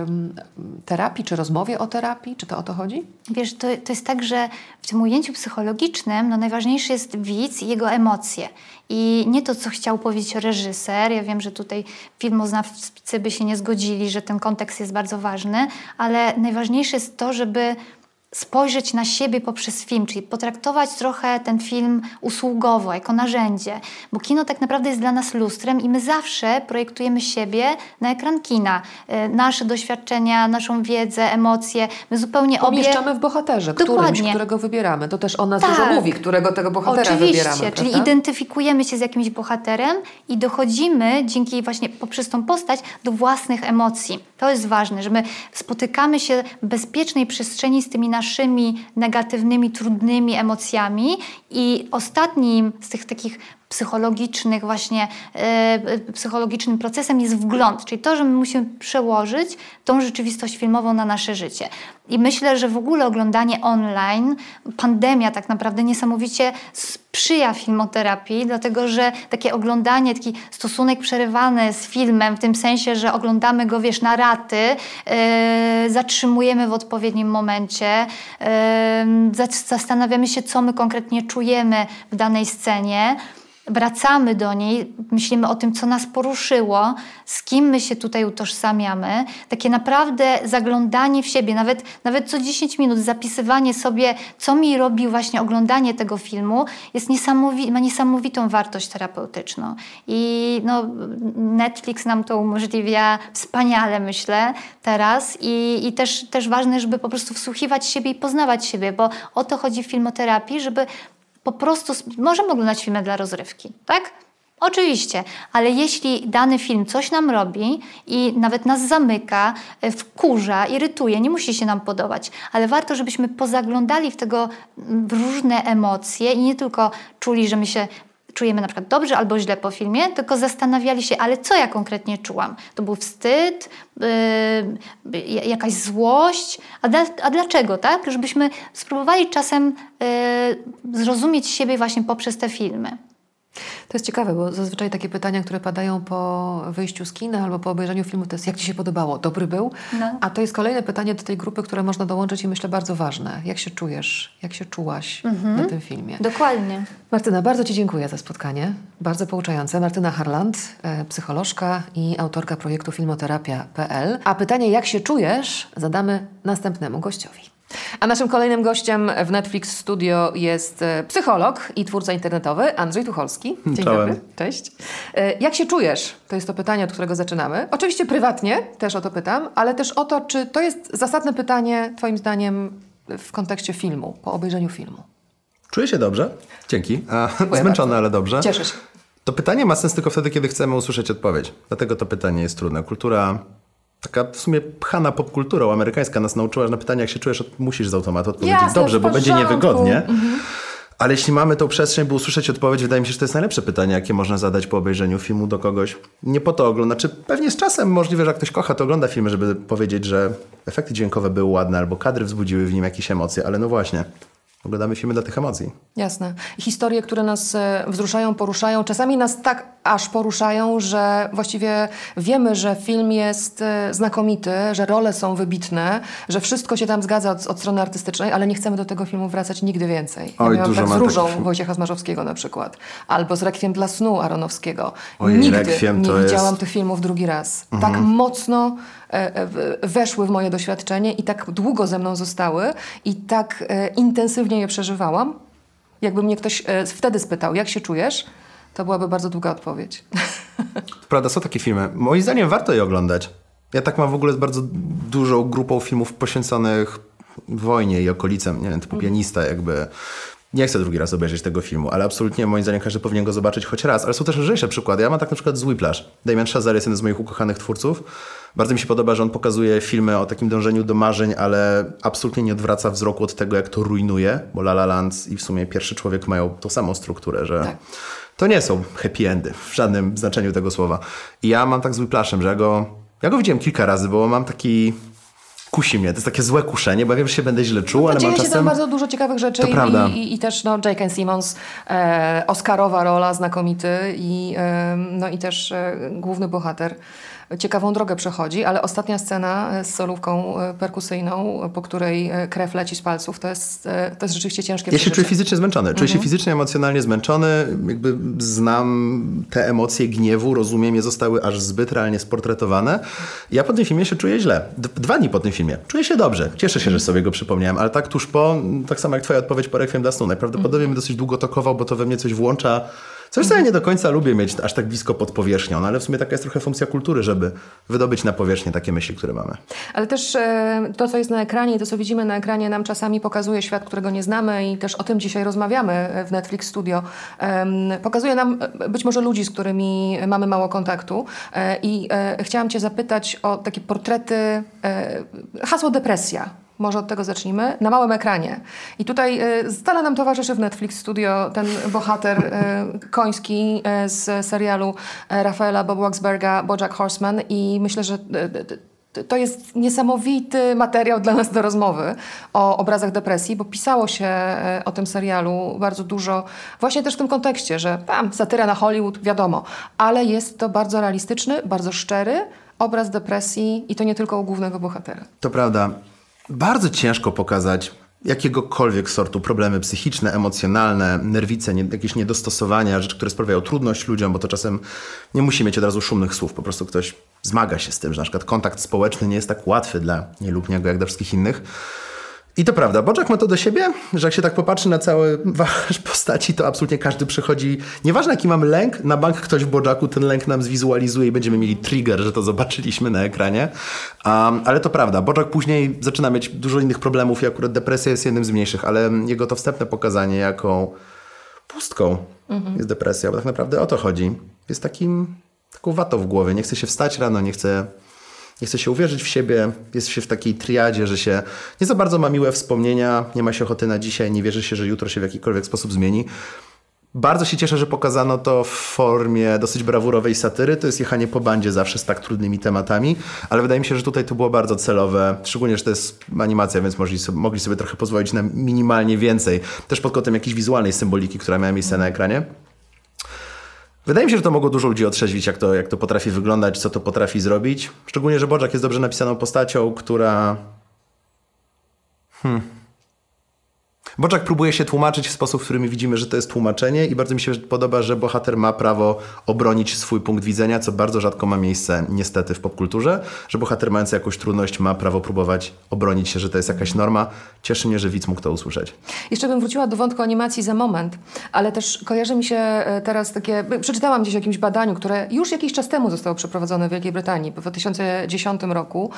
terapii, czy rozmowie o terapii? Czy to o to chodzi? Wiesz, to jest tak, że w tym ujęciu psychologicznym najważniejszy jest widz i jego emocje. I nie to, co chciał powiedzieć reżyser. Ja wiem, że tutaj filmoznawcy by się nie zgodzili, że ten kontekst jest bardzo ważny, ale najważniejsze jest to, żeby spojrzeć na siebie poprzez film, czyli potraktować trochę ten film usługowo, jako narzędzie. Bo kino tak naprawdę jest dla nas lustrem i my zawsze projektujemy siebie na ekran kina. Nasze doświadczenia, naszą wiedzę, emocje. My zupełnie umieszczamy w bohaterze, którego wybieramy. To też o nas dużo mówi, którego tego bohatera wybieramy. Oczywiście, czyli identyfikujemy się z jakimś bohaterem i dochodzimy dzięki właśnie poprzez tą postać do własnych emocji. To jest ważne, że my spotykamy się w bezpiecznej przestrzeni z tymi naszymi negatywnymi, trudnymi emocjami i ostatnim z tych takich psychologicznych właśnie, psychologicznym procesem jest wgląd, czyli to, że my musimy przełożyć tą rzeczywistość filmową na nasze życie. I myślę, że w ogóle oglądanie online, pandemia tak naprawdę niesamowicie sprzyja filmoterapii, dlatego że takie oglądanie, taki stosunek przerywany z filmem, w tym sensie, że oglądamy go, wiesz, na raty, zatrzymujemy w odpowiednim momencie, zastanawiamy się, co my konkretnie czujemy w danej scenie, wracamy do niej, myślimy o tym, co nas poruszyło, z kim my się tutaj utożsamiamy. Takie naprawdę zaglądanie w siebie, nawet co 10 minut, zapisywanie sobie, co mi robi właśnie oglądanie tego filmu, jest ma niesamowitą wartość terapeutyczną. I Netflix nam to umożliwia wspaniale, myślę, teraz. I też ważne, żeby po prostu wsłuchiwać siebie i poznawać siebie, bo o to chodzi w filmoterapii, żeby po prostu możemy oglądać filmy dla rozrywki, tak? Oczywiście, ale jeśli dany film coś nam robi i nawet nas zamyka, wkurza, irytuje, nie musi się nam podobać, ale warto, żebyśmy pozaglądali w różne emocje i nie tylko czuli, że my się czujemy na przykład dobrze albo źle po filmie, tylko zastanawiali się, ale co ja konkretnie czułam? To był wstyd, jakaś złość, a dlaczego, tak? Żebyśmy spróbowali czasem zrozumieć siebie właśnie poprzez te filmy. To jest ciekawe, bo zazwyczaj takie pytania, które padają po wyjściu z kina albo po obejrzeniu filmu, to jest: jak Ci się podobało? Dobry był? No. A to jest kolejne pytanie do tej grupy, które można dołączyć i myślę bardzo ważne. Jak się czujesz? Jak się czułaś na tym filmie? Dokładnie. Martyna, bardzo Ci dziękuję za spotkanie. Bardzo pouczające. Martyna Harland, psycholożka i autorka projektu filmoterapia.pl. A pytanie, jak się czujesz, zadamy następnemu gościowi. A naszym kolejnym gościem w Netflix Studio jest psycholog i twórca internetowy Andrzej Tucholski. Dzień dobry. Cześć. Jak się czujesz? To jest to pytanie, od którego zaczynamy. Oczywiście prywatnie też o to pytam, ale też o to, czy to jest zasadne pytanie Twoim zdaniem w kontekście filmu, po obejrzeniu filmu. Czuję się dobrze. Dzięki. Zmęczony, ale dobrze. Cieszę się. To pytanie ma sens tylko wtedy, kiedy chcemy usłyszeć odpowiedź. Dlatego to pytanie jest trudne. Kultura, taka w sumie pchana popkulturą amerykańska nas nauczyła, że na pytanie, jak się czujesz, musisz z automatu odpowiedzieć dobrze, bo będzie niewygodnie. Ale jeśli mamy tą przestrzeń, by usłyszeć odpowiedź, wydaje mi się, że to jest najlepsze pytanie, jakie można zadać po obejrzeniu filmu do kogoś. Nie po to ogląda. Czy pewnie z czasem możliwe, że jak ktoś kocha, to ogląda filmy, żeby powiedzieć, że efekty dźwiękowe były ładne albo kadry wzbudziły w nim jakieś emocje, ale no właśnie. Oglądamy filmy dla tych emocji. Jasne. Historie, które nas wzruszają, poruszają. Czasami nas tak aż poruszają, że właściwie wiemy, że film jest znakomity, że role są wybitne, że wszystko się tam zgadza od strony artystycznej, ale nie chcemy do tego filmu wracać nigdy więcej. Ja miałam tak z Różą Wojciecha Smarzowskiego na przykład. Albo z Rekwiem dla snu Aronowskiego. Nigdy nie widziałam tych filmów drugi raz. Tak mocno weszły w moje doświadczenie i tak długo ze mną zostały i tak intensywnie je przeżywałam. Jakby mnie ktoś wtedy spytał, jak się czujesz, to byłaby bardzo długa odpowiedź. Prawda, są takie filmy. Moim zdaniem warto je oglądać. Ja tak mam w ogóle z bardzo dużą grupą filmów poświęconych wojnie i okolicom, nie wiem, typu Pianista jakby. Nie chcę drugi raz obejrzeć tego filmu, ale absolutnie moim zdaniem każdy powinien go zobaczyć choć raz. Ale są też lżejsze przykłady. Ja mam tak na przykład z Whiplash. Damien Chazelle jest jeden z moich ukochanych twórców. Bardzo mi się podoba, że on pokazuje filmy o takim dążeniu do marzeń, ale absolutnie nie odwraca wzroku od tego, jak to rujnuje, bo La La Land i w sumie Pierwszy Człowiek mają tą samą strukturę, że to nie są happy endy w żadnym znaczeniu tego słowa. I ja mam tak z Whiplashem, że ja go widziałem kilka razy, bo mam taki... Kusi mnie, to jest takie złe kuszenie, bo ja wiem, że się będę źle czuł, ale mam czasem... Dzieje się tam bardzo dużo ciekawych rzeczy i też J.K. Simmons, Oscarowa rola, znakomity i też główny bohater. Ciekawą drogę przechodzi, ale ostatnia scena z solówką perkusyjną, po której krew leci z palców, to jest rzeczywiście ciężkie przeżycie. Ja się czuję fizycznie zmęczony. Czuję się fizycznie, emocjonalnie zmęczony. Jakby znam te emocje gniewu, rozumiem, je zostały aż zbyt realnie sportretowane. Ja po tym filmie się czuję źle. 2 dni po tym filmie. Czuję się dobrze. Cieszę się, że sobie go przypomniałem, ale tak tuż po, tak samo jak twoja odpowiedź po Rekwiem dla snu. Najprawdopodobniej dosyć długo tokował, bo to we mnie coś włącza. Coś, co ja nie do końca lubię mieć aż tak blisko pod powierzchnią, ale w sumie taka jest trochę funkcja kultury, żeby wydobyć na powierzchnię takie myśli, które mamy. Ale też to, co jest na ekranie i to, co widzimy na ekranie, nam czasami pokazuje świat, którego nie znamy i też o tym dzisiaj rozmawiamy w Netflix Studio. Pokazuje nam być może ludzi, z którymi mamy mało kontaktu i chciałam cię zapytać o takie portrety, hasło depresja. Może od tego zacznijmy. Na małym ekranie. I tutaj stale nam towarzyszy w Netflix Studio ten bohater koński z serialu Rafaela Waksberga, BoJack Horseman i myślę, że to jest niesamowity materiał dla nas do rozmowy o obrazach depresji, bo pisało się o tym serialu bardzo dużo właśnie też w tym kontekście, że satyra na Hollywood, wiadomo, ale jest to bardzo realistyczny, bardzo szczery obraz depresji i to nie tylko u głównego bohatera. To prawda. Bardzo ciężko pokazać jakiegokolwiek sortu problemy psychiczne, emocjonalne, nerwice, jakieś niedostosowania, rzeczy, które sprawiają trudność ludziom, bo to czasem nie musi mieć od razu szumnych słów. Po prostu ktoś zmaga się z tym, że na przykład kontakt społeczny nie jest tak łatwy dla niej lub niego, jak dla wszystkich innych. I to prawda, BoJack ma to do siebie, że jak się tak popatrzy na cały wachlarz postaci, to absolutnie każdy przychodzi, nieważne jaki mamy lęk, na bank ktoś w BoJacku ten lęk nam zwizualizuje i będziemy mieli trigger, że to zobaczyliśmy na ekranie. Ale to prawda, BoJack później zaczyna mieć dużo innych problemów i akurat depresja jest jednym z mniejszych, ale jego to wstępne pokazanie, jaką pustką jest depresja, bo tak naprawdę o to chodzi. Jest taką watą w głowie, nie chce się wstać rano, nie chce się uwierzyć w siebie, jest się w takiej triadzie, że się nie za bardzo ma miłe wspomnienia, nie ma się ochoty na dzisiaj, nie wierzy się, że jutro się w jakikolwiek sposób zmieni. Bardzo się cieszę, że pokazano to w formie dosyć brawurowej satyry. To jest jechanie po bandzie zawsze z tak trudnymi tematami, ale wydaje mi się, że tutaj to było bardzo celowe, szczególnie, że to jest animacja, więc mogli sobie trochę pozwolić na minimalnie więcej. Też pod kątem jakiejś wizualnej symboliki, która miała miejsce na ekranie. Wydaje mi się, że to mogło dużo ludzi otrzeźwić, jak to potrafi wyglądać, co to potrafi zrobić. Szczególnie, że BoJack jest dobrze napisaną postacią, która... BoJack próbuje się tłumaczyć w sposób, w którym widzimy, że to jest tłumaczenie i bardzo mi się podoba, że bohater ma prawo obronić swój punkt widzenia, co bardzo rzadko ma miejsce niestety w popkulturze, że bohater mający jakąś trudność ma prawo próbować obronić się, że to jest jakaś norma. Cieszy mnie, że widz mógł to usłyszeć. Jeszcze bym wróciła do wątku animacji za moment, ale też kojarzy mi się teraz takie... Przeczytałam gdzieś o jakimś badaniu, które już jakiś czas temu zostało przeprowadzone w Wielkiej Brytanii, w 2010 roku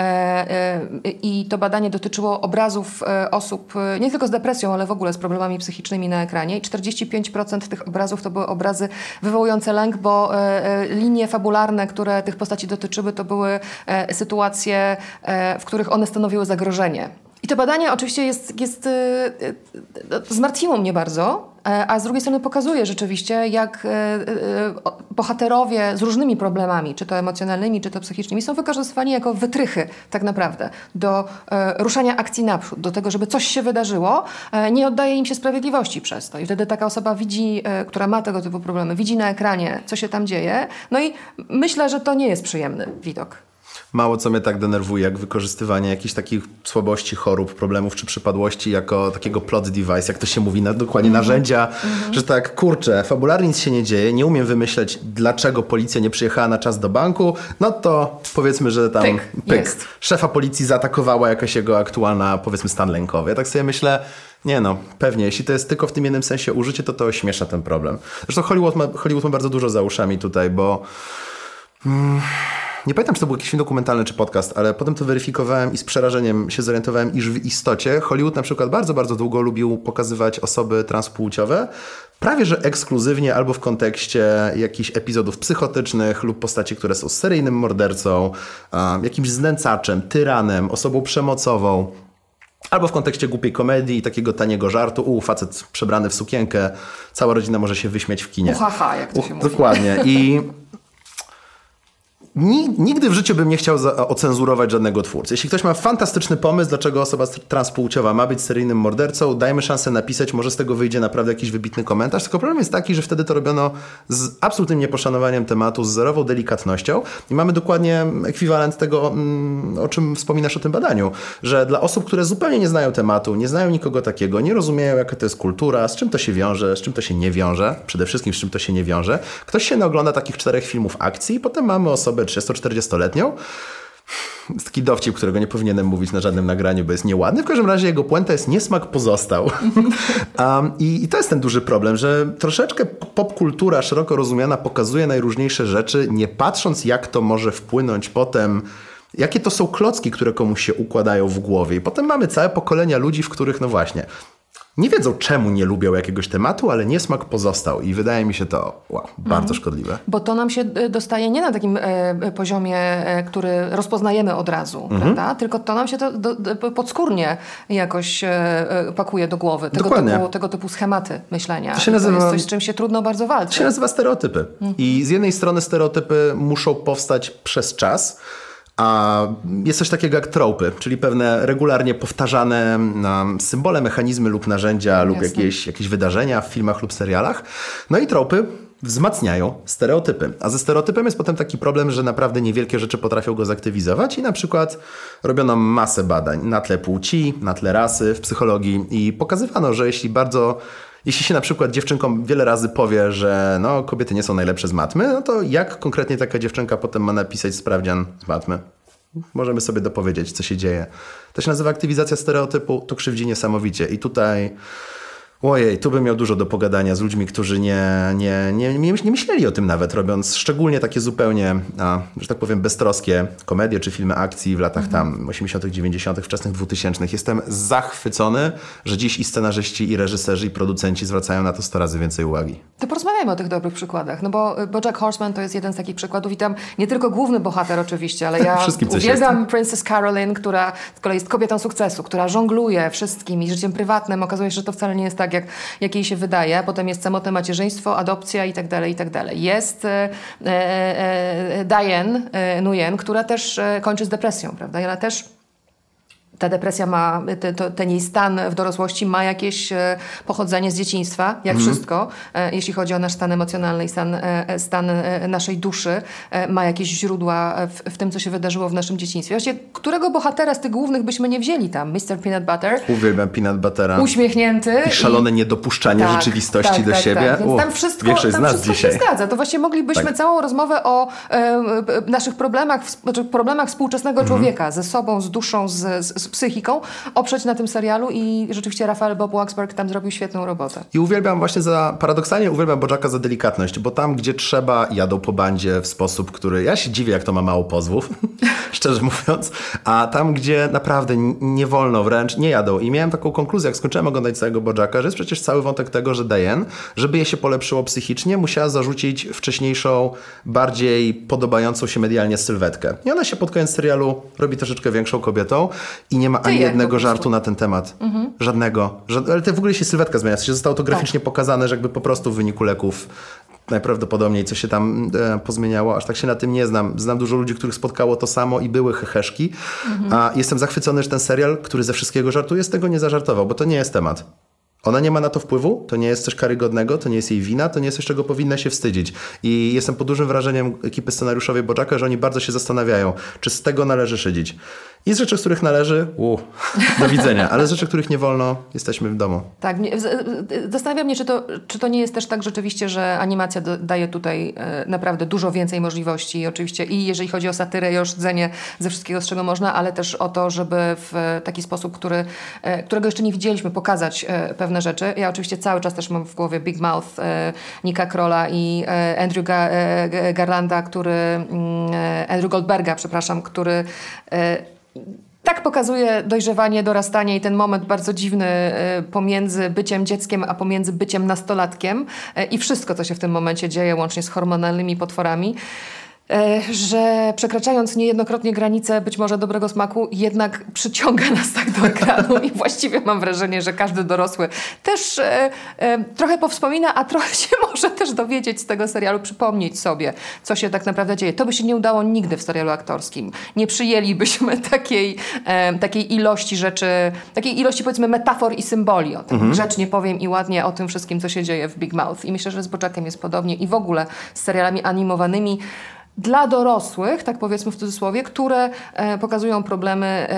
i to badanie dotyczyło obrazów osób nie tylko z depresją, ale w ogóle z problemami psychicznymi na ekranie i 45% tych obrazów to były obrazy wywołujące lęk, bo linie fabularne, które tych postaci dotyczyły, to były sytuacje, w których one stanowiły zagrożenie. I to badanie oczywiście zmartwiło mnie bardzo, a z drugiej strony pokazuje rzeczywiście, jak bohaterowie z różnymi problemami, czy to emocjonalnymi, czy to psychicznymi, są wykorzystywani jako wytrychy tak naprawdę do ruszania akcji naprzód, do tego, żeby coś się wydarzyło, nie oddaje im się sprawiedliwości przez to. I wtedy taka osoba widzi, która ma tego typu problemy, widzi na ekranie, co się tam dzieje, no i myślę, że to nie jest przyjemny widok. Mało co mnie tak denerwuje, jak wykorzystywanie jakichś takich słabości, chorób, problemów czy przypadłości jako takiego plot device, jak to się mówi, dokładnie narzędzia, że tak, kurczę, fabularnie nic się nie dzieje, nie umiem wymyśleć, dlaczego policja nie przyjechała na czas do banku, no to powiedzmy, że tam pyk. Szefa policji zaatakowała jakaś jego aktualna, powiedzmy, stan lękowy. Ja tak sobie myślę, nie no, pewnie, jeśli to jest tylko w tym jednym sensie użycie, to ośmiesza ten problem. Zresztą Hollywood ma bardzo dużo za uszami tutaj, bo... Nie pamiętam, czy to był jakiś film dokumentalny czy podcast, ale potem to weryfikowałem i z przerażeniem się zorientowałem, iż w istocie Hollywood na przykład bardzo, bardzo długo lubił pokazywać osoby transpłciowe prawie że ekskluzywnie albo w kontekście jakichś epizodów psychotycznych lub postaci, które są seryjnym mordercą, jakimś znęcaczem, tyranem, osobą przemocową. Albo w kontekście głupiej komedii i takiego taniego żartu. Facet przebrany w sukienkę, cała rodzina może się wyśmiać w kinie. Uhaha, jak to się mówi. Dokładnie. I... Nigdy w życiu bym nie chciał ocenzurować żadnego twórcy. Jeśli ktoś ma fantastyczny pomysł, dlaczego osoba transpłciowa ma być seryjnym mordercą, dajmy szansę napisać, może z tego wyjdzie naprawdę jakiś wybitny komentarz. Tylko problem jest taki, że wtedy to robiono z absolutnym nieposzanowaniem tematu, z zerową delikatnością i mamy dokładnie ekwiwalent tego, o czym wspominasz o tym badaniu, że dla osób, które zupełnie nie znają tematu, nie znają nikogo takiego, nie rozumieją, jaka to jest kultura, z czym to się wiąże, z czym to się nie wiąże, przede wszystkim z czym to się nie wiąże, ktoś się naogląda takich 4 filmów akcji i potem mamy osobę 30-40-letnią. Jest taki dowcip, którego nie powinienem mówić na żadnym nagraniu, bo jest nieładny. W każdym razie jego puenta jest niesmak pozostał. I to jest ten duży problem, że troszeczkę popkultura szeroko rozumiana pokazuje najróżniejsze rzeczy, nie patrząc, jak to może wpłynąć potem, jakie to są klocki, które komuś się układają w głowie. I potem mamy całe pokolenia ludzi, w których no właśnie nie wiedzą, czemu nie lubią jakiegoś tematu, ale niesmak pozostał i wydaje mi się to bardzo szkodliwe. Bo to nam się dostaje nie na takim poziomie, który rozpoznajemy od razu, prawda? Tylko to nam się podskórnie jakoś pakuje do głowy. Tego typu schematy myślenia. To jest coś, z czym się trudno bardzo walczyć. To się nazywa stereotypy. I z jednej strony stereotypy muszą powstać przez czas, a jest coś takiego jak tropy, czyli pewne regularnie powtarzane symbole, mechanizmy lub narzędzia lub jakieś wydarzenia w filmach lub serialach. No i tropy wzmacniają stereotypy. A ze stereotypem jest potem taki problem, że naprawdę niewielkie rzeczy potrafią go zaktywizować i na przykład robiono masę badań na tle płci, na tle rasy w psychologii i pokazywano, że jeśli się na przykład dziewczynkom wiele razy powie, że no, kobiety nie są najlepsze z matmy, no to jak konkretnie taka dziewczynka potem ma napisać sprawdzian z matmy? Możemy sobie dopowiedzieć, co się dzieje. To się nazywa aktywizacja stereotypu, to krzywdzi niesamowicie. I tutaj, tu bym miał dużo do pogadania z ludźmi, którzy nie myśleli o tym nawet, robiąc szczególnie takie zupełnie, że tak powiem, beztroskie komedie czy filmy akcji w latach tam 80., 90., wczesnych 2000. Jestem zachwycony, że dziś i scenarzyści, i reżyserzy, i producenci zwracają na to 100 razy więcej uwagi. To porozmawiajmy o tych dobrych przykładach, no bo BoJack Horseman to jest jeden z takich przykładów i tam nie tylko główny bohater oczywiście, ale ja uwielbiam Princess Caroline, która z kolei jest kobietą sukcesu, która żongluje wszystkim i życiem prywatnym. Okazuje się, że to wcale nie jest tak, jak jej się wydaje. Potem jest samotne macierzyństwo, adopcja i tak dalej, i tak dalej. Jest Diane Nguyen, która też kończy z depresją, prawda? I ona też ta depresja ma, ten jej stan w dorosłości ma jakieś pochodzenie z dzieciństwa, jak wszystko, jeśli chodzi o nasz stan emocjonalny i stan naszej duszy, ma jakieś źródła w tym, co się wydarzyło w naszym dzieciństwie. Właściwie, którego bohatera z tych głównych byśmy nie wzięli tam? Mr. Peanut Butter. Uwielbiam Peanut Buttera. Uśmiechnięty. I szalone niedopuszczanie rzeczywistości do siebie. Tak. Więc tam wszystko, się zgadza. To właśnie moglibyśmy całą rozmowę o naszych problemach współczesnego człowieka, ze sobą, z duszą, z psychiką, oprzeć na tym serialu i rzeczywiście Rafael Bob Waksberg tam zrobił świetną robotę. I paradoksalnie uwielbiam BoJacka za delikatność, bo tam, gdzie trzeba, jadą po bandzie w sposób, który... Ja się dziwię, jak to ma mało pozwów, szczerze mówiąc, a tam, gdzie naprawdę nie wolno, wręcz nie jadą. I miałem taką konkluzję, jak skończyłem oglądać całego BoJacka, że jest przecież cały wątek tego, że Diane, żeby jej się polepszyło psychicznie, musiała zarzucić wcześniejszą, bardziej podobającą się medialnie sylwetkę. I ona się pod koniec serialu robi troszeczkę większą kobietą I nie ma ani jednego żartu na ten temat. Żadnego. Ale to w ogóle się sylwetka zmienia. Zostało to graficznie pokazane, że jakby po prostu w wyniku leków najprawdopodobniej coś się tam pozmieniało. Aż tak się na tym nie znam. Znam dużo ludzi, których spotkało to samo i były heheszki. A jestem zachwycony, że ten serial, który ze wszystkiego żartuje, z tego nie zażartował, bo to nie jest temat. Ona nie ma na to wpływu, to nie jest coś karygodnego, to nie jest jej wina, to nie jest coś, czego powinna się wstydzić. I jestem pod dużym wrażeniem ekipy scenariuszowej Bojacka, że oni bardzo się zastanawiają, czy z tego należy szydzić. I z rzeczy, z których należy, do widzenia, ale z rzeczy, których nie wolno, jesteśmy w domu. Tak, zastanawiam mnie, czy to nie jest też tak rzeczywiście, że animacja daje tutaj naprawdę dużo więcej możliwości. Oczywiście i jeżeli chodzi o satyrę i oszczędzenie ze wszystkiego, z czego można, ale też o to, żeby w taki sposób, którego jeszcze nie widzieliśmy, pokazać pewne rzeczy. Ja oczywiście cały czas też mam w głowie Big Mouth, Nicka Krolla i Andrew Goldberga, który tak pokazuje dojrzewanie, dorastanie i ten moment bardzo dziwny pomiędzy byciem dzieckiem, a pomiędzy byciem nastolatkiem i wszystko, co się w tym momencie dzieje, łącznie z hormonalnymi potworami, że przekraczając niejednokrotnie granice być może dobrego smaku, jednak przyciąga nas tak do ekranu i właściwie mam wrażenie, że każdy dorosły też trochę powspomina, a trochę się może też dowiedzieć z tego serialu, przypomnieć sobie, co się tak naprawdę dzieje. To by się nie udało nigdy w serialu aktorskim. Nie przyjęlibyśmy takiej ilości rzeczy, takiej ilości powiedzmy metafor i symboli. O tym grzecznie powiem i ładnie o tym wszystkim, co się dzieje w Big Mouth. I myślę, że z Bojackiem jest podobnie i w ogóle z serialami animowanymi dla dorosłych, tak powiedzmy w cudzysłowie, które pokazują problemy,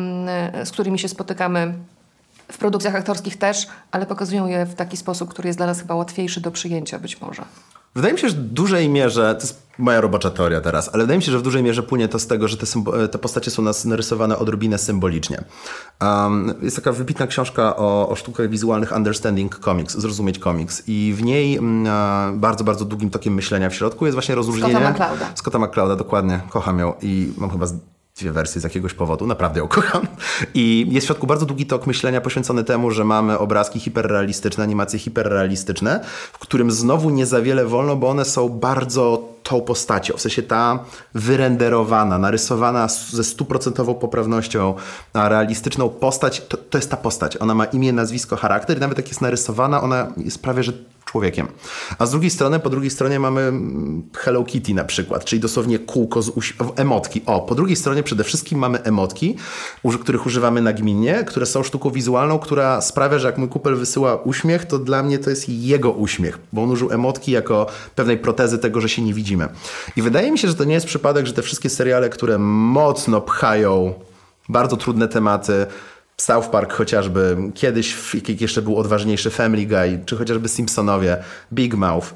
z którymi się spotykamy w produkcjach aktorskich też, ale pokazują je w taki sposób, który jest dla nas chyba łatwiejszy do przyjęcia być może. Wydaje mi się, że w dużej mierze, to jest moja robocza teoria teraz, ale wydaje mi się, że w dużej mierze płynie to z tego, że te postacie są narysowane odrobinę symbolicznie. Jest taka wybitna książka o sztukach wizualnych Understanding Comics, Zrozumieć komiks i w niej bardzo, bardzo długim tokiem myślenia w środku jest właśnie rozróżnienie... Scotta McClouda, dokładnie. Kocham ją i mam chyba 2 wersje z jakiegoś powodu, naprawdę ją kocham. I jest w środku bardzo długi tok myślenia poświęcony temu, że mamy obrazki hiperrealistyczne, animacje hiperrealistyczne, w którym znowu nie za wiele wolno, bo one są bardzo tą postacią, w sensie ta wyrenderowana, narysowana ze 100% poprawnością realistyczną postać, to jest ta postać. Ona ma imię, nazwisko, charakter i nawet jak jest narysowana, ona jest prawie, że człowiekiem. A z drugiej strony, po drugiej stronie mamy Hello Kitty na przykład, czyli dosłownie kółko z emotki. Po drugiej stronie przede wszystkim mamy emotki, których używamy nagminnie, które są sztuką wizualną, która sprawia, że jak mój kupel wysyła uśmiech, to dla mnie to jest jego uśmiech, bo on użył emotki jako pewnej protezy tego, że się nie widzimy. I wydaje mi się, że to nie jest przypadek, że te wszystkie seriale, które mocno pchają bardzo trudne tematy, South Park chociażby, kiedyś jak jeszcze był odważniejszy Family Guy, czy chociażby Simpsonowie, Big Mouth,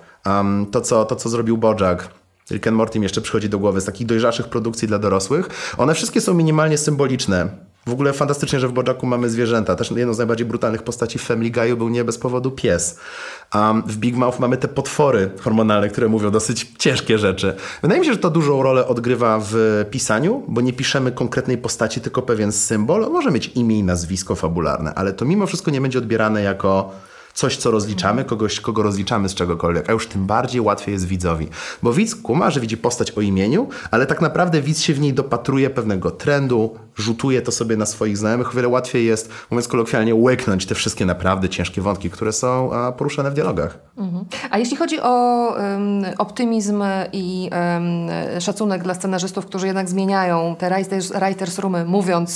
to co zrobił Bojack, Rick and Morty mi jeszcze przychodzi do głowy z takich dojrzalszych produkcji dla dorosłych. One wszystkie są minimalnie symboliczne. W ogóle fantastycznie, że w Bojacku mamy zwierzęta. Też jedną z najbardziej brutalnych postaci w Family Guy'u był nie bez powodu pies. W Big Mouth mamy te potwory hormonalne, które mówią dosyć ciężkie rzeczy. Wydaje mi się, że to dużą rolę odgrywa w pisaniu, bo nie piszemy konkretnej postaci, tylko pewien symbol. On może mieć imię i nazwisko fabularne, ale to mimo wszystko nie będzie odbierane jako coś, co rozliczamy, kogoś, kogo rozliczamy z czegokolwiek, a już tym bardziej łatwiej jest widzowi. Bo widz kuma, że widzi postać o imieniu, ale tak naprawdę widz się w niej dopatruje pewnego trendu, rzutuje to sobie na swoich znajomych. O wiele łatwiej jest, mówiąc kolokwialnie, łyknąć te wszystkie naprawdę ciężkie wątki, które są poruszane w dialogach. A jeśli chodzi o optymizm i szacunek dla scenarzystów, którzy jednak zmieniają te writers roomy, mówiąc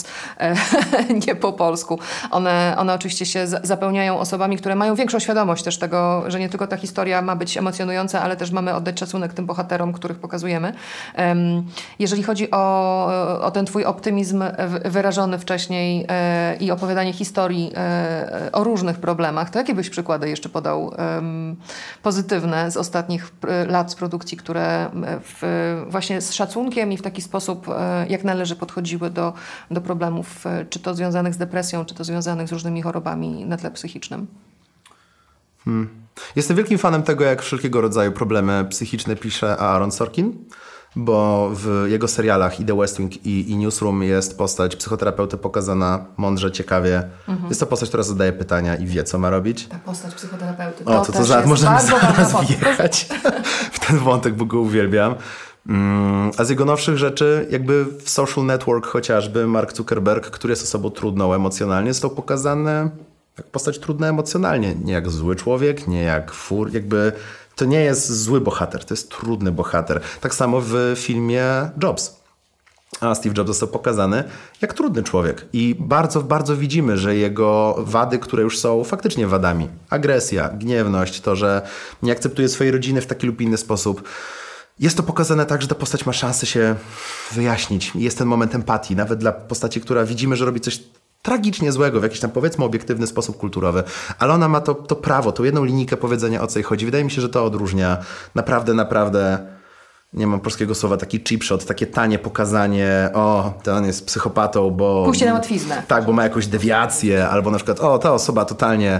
nie po polsku, one oczywiście się zapełniają osobami, które mają większą świadomość też tego, że nie tylko ta historia ma być emocjonująca, ale też mamy oddać szacunek tym bohaterom, których pokazujemy. Jeżeli chodzi o ten twój optymizm wyrażony wcześniej i opowiadanie historii o różnych problemach, to jakie byś przykłady jeszcze podał pozytywne z ostatnich lat z produkcji, które właśnie z szacunkiem i w taki sposób, jak należy, podchodziły do problemów, czy to związanych z depresją, czy to związanych z różnymi chorobami na tle psychicznym? Jestem wielkim fanem tego, jak wszelkiego rodzaju problemy psychiczne pisze Aaron Sorkin, bo w jego serialach i The West Wing i Newsroom jest postać psychoterapeuty pokazana mądrze, ciekawie. Jest to postać, która zadaje pytania i wie, co ma robić. Ta postać psychoterapeuty. To możemy zaraz wjechać w ten wątek, bo go uwielbiam. A z jego nowszych rzeczy, jakby w Social Network chociażby, Mark Zuckerberg, który jest osobą trudną emocjonalnie, został pokazany jak postać trudna emocjonalnie. Nie jak zły człowiek, nie jak jakby to nie jest zły bohater, to jest trudny bohater. Tak samo w filmie Jobs. A Steve Jobs został pokazany jak trudny człowiek. I bardzo, bardzo widzimy, że jego wady, które już są faktycznie wadami. Agresja, gniewność, to, że nie akceptuje swojej rodziny w taki lub inny sposób. Jest to pokazane tak, że ta postać ma szansę się wyjaśnić. Jest ten moment empatii, nawet dla postaci, która widzimy, że robi coś tragicznie złego w jakiś tam, powiedzmy, obiektywny sposób kulturowy. Ale ona ma to prawo, tą jedną linijkę powiedzenia, o co jej chodzi. Wydaje mi się, że to odróżnia naprawdę, nie mam polskiego słowa, taki cheap shot, takie tanie pokazanie, to on jest psychopatą, bo... Pójście na łatwiznę. Tak, bo ma jakąś dewiację, albo na przykład, ta osoba totalnie...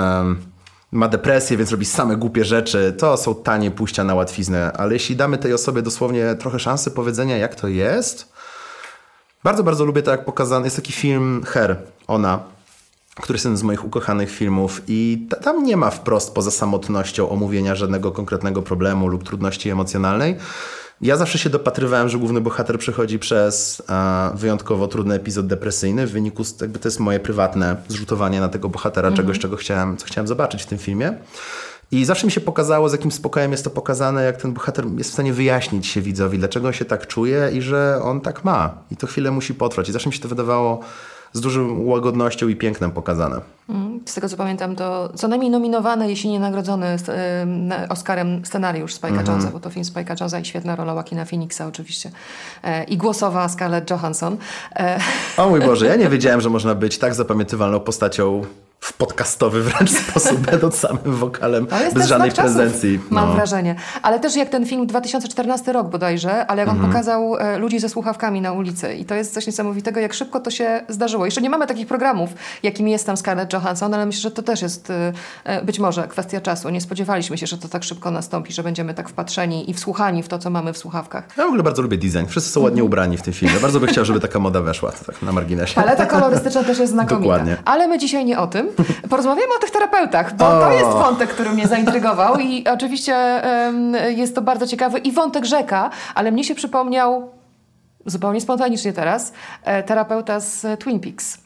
ma depresję, więc robi same głupie rzeczy. To są tanie pójścia na łatwiznę. Ale jeśli damy tej osobie dosłownie trochę szansy powiedzenia, jak to jest... Bardzo, bardzo lubię to, jak pokazany. Jest taki film Her, Ona, który jest jeden z moich ukochanych filmów i tam nie ma wprost poza samotnością omówienia żadnego konkretnego problemu lub trudności emocjonalnej. Ja zawsze się dopatrywałem, że główny bohater przechodzi przez wyjątkowo trudny epizod depresyjny. W wyniku, jakby to jest moje prywatne zrzutowanie na tego bohatera czegoś, co chciałem zobaczyć w tym filmie. I zawsze mi się pokazało, z jakim spokojem jest to pokazane, jak ten bohater jest w stanie wyjaśnić się widzowi, dlaczego on się tak czuje i że on tak ma. I to chwilę musi potrwać. I zawsze mi się to wydawało z dużą łagodnością i pięknem pokazane. Z tego co pamiętam, to co najmniej nominowany, jeśli nie nagrodzony Oscarem scenariusz Spike'a Jonesa, bo to film Spike'a Jonesa i świetna rola Joaquina Phoenixa oczywiście. I głosowa Scarlett Johansson. O mój Boże, ja nie wiedziałem, że można być tak zapamiętywalną postacią w podcastowy wręcz sposób, będąc samym wokalem, bez żadnej prezencji. Mam wrażenie. Ale też jak ten film 2014 rok bodajże, ale jak on pokazał ludzi ze słuchawkami na ulicy i to jest coś niesamowitego, jak szybko to się zdarzyło. Jeszcze nie mamy takich programów, jakim jest tam Scarlett Johansson, ale myślę, że to też jest być może kwestia czasu. Nie spodziewaliśmy się, że to tak szybko nastąpi, że będziemy tak wpatrzeni i wsłuchani w to, co mamy w słuchawkach. Ja w ogóle bardzo lubię design. Wszyscy są ładnie ubrani w tym filmie. Bardzo bym chciał, żeby taka moda weszła, tak na marginesie. Paleta kolorystyczna też jest znakomita. Dokładnie. Ale my dzisiaj nie o tym. Porozmawiamy o tych terapeutach, bo to jest wątek, który mnie zaintrygował i oczywiście jest to bardzo ciekawy i wątek rzeka, ale mnie się przypomniał zupełnie spontanicznie teraz terapeuta z Twin Peaks.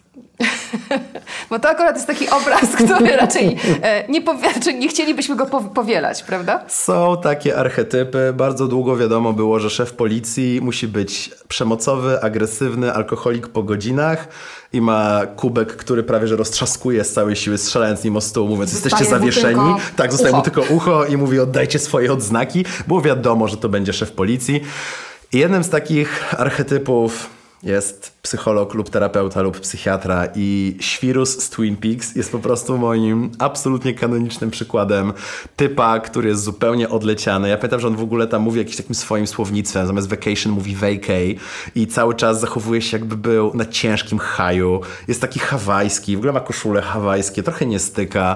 Bo to akurat jest taki obraz, który raczej nie chcielibyśmy go powielać, prawda? Są takie archetypy. Bardzo długo wiadomo było, że szef policji musi być przemocowy, agresywny, alkoholik po godzinach i ma kubek, który prawie że roztrzaskuje z całej siły, strzelając nim o stół, mówiąc, jesteście zawieszeni. Tak, zostaje mu tylko ucho i mówi, oddajcie swoje odznaki. Było wiadomo, że to będzie szef policji. I jednym z takich archetypów jest psycholog lub terapeuta lub psychiatra i Świrus z Twin Peaks jest po prostu moim absolutnie kanonicznym przykładem typa, który jest zupełnie odleciany. Ja pamiętam, że on w ogóle tam mówi jakimś takim swoim słownictwem, zamiast vacation mówi vacay i cały czas zachowuje się, jakby był na ciężkim haju. Jest taki hawajski, w ogóle ma koszule hawajskie, trochę nie styka.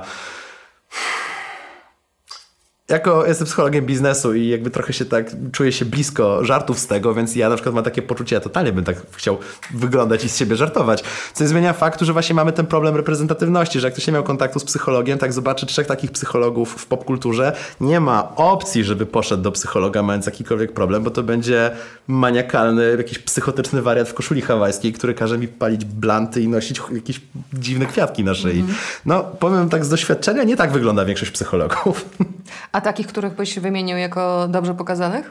Jestem psychologiem biznesu i jakby trochę się tak czuję się blisko żartów z tego, więc ja na przykład mam takie poczucie, ja totalnie bym tak chciał wyglądać i z siebie żartować. Co nie zmienia faktu, że właśnie mamy ten problem reprezentatywności, że jak ktoś nie miał kontaktu z psychologiem, tak zobaczy 3 takich psychologów w popkulturze, nie ma opcji, żeby poszedł do psychologa mając jakikolwiek problem, bo to będzie maniakalny, jakiś psychotyczny wariat w koszuli hawajskiej, który każe mi palić blanty i nosić jakieś dziwne kwiatki na szyi. No, powiem tak z doświadczenia, nie tak wygląda większość psychologów. A takich, których byś wymienił jako dobrze pokazanych?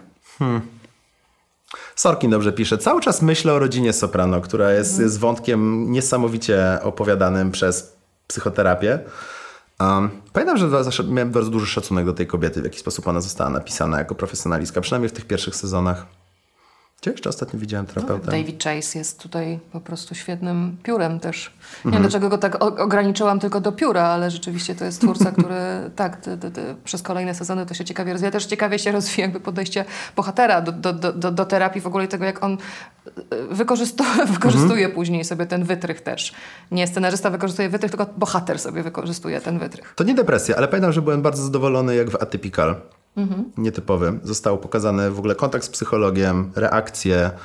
Sorkin dobrze pisze. Cały czas myślę o rodzinie Soprano, która jest wątkiem niesamowicie opowiadanym przez psychoterapię. Pamiętam, że miałem bardzo duży szacunek do tej kobiety, w jaki sposób ona została napisana jako profesjonalistka, przynajmniej w tych pierwszych sezonach. Gdzie jeszcze ostatnio widziałem terapeutę? David Chase jest tutaj po prostu świetnym piórem też. Nie wiem, dlaczego go tak ograniczyłam tylko do pióra, ale rzeczywiście to jest twórca, który tak, przez kolejne sezony to się ciekawie rozwija. Też ciekawie się rozwija jakby podejście bohatera do terapii, w ogóle tego, jak on wykorzystuje później sobie ten wytrych też. Nie scenarzysta wykorzystuje wytrych, tylko bohater sobie wykorzystuje ten wytrych. To nie depresja, ale pamiętam, że byłem bardzo zadowolony, jak w Atypical. Nietypowy. Został pokazany w ogóle kontakt z psychologiem, reakcje.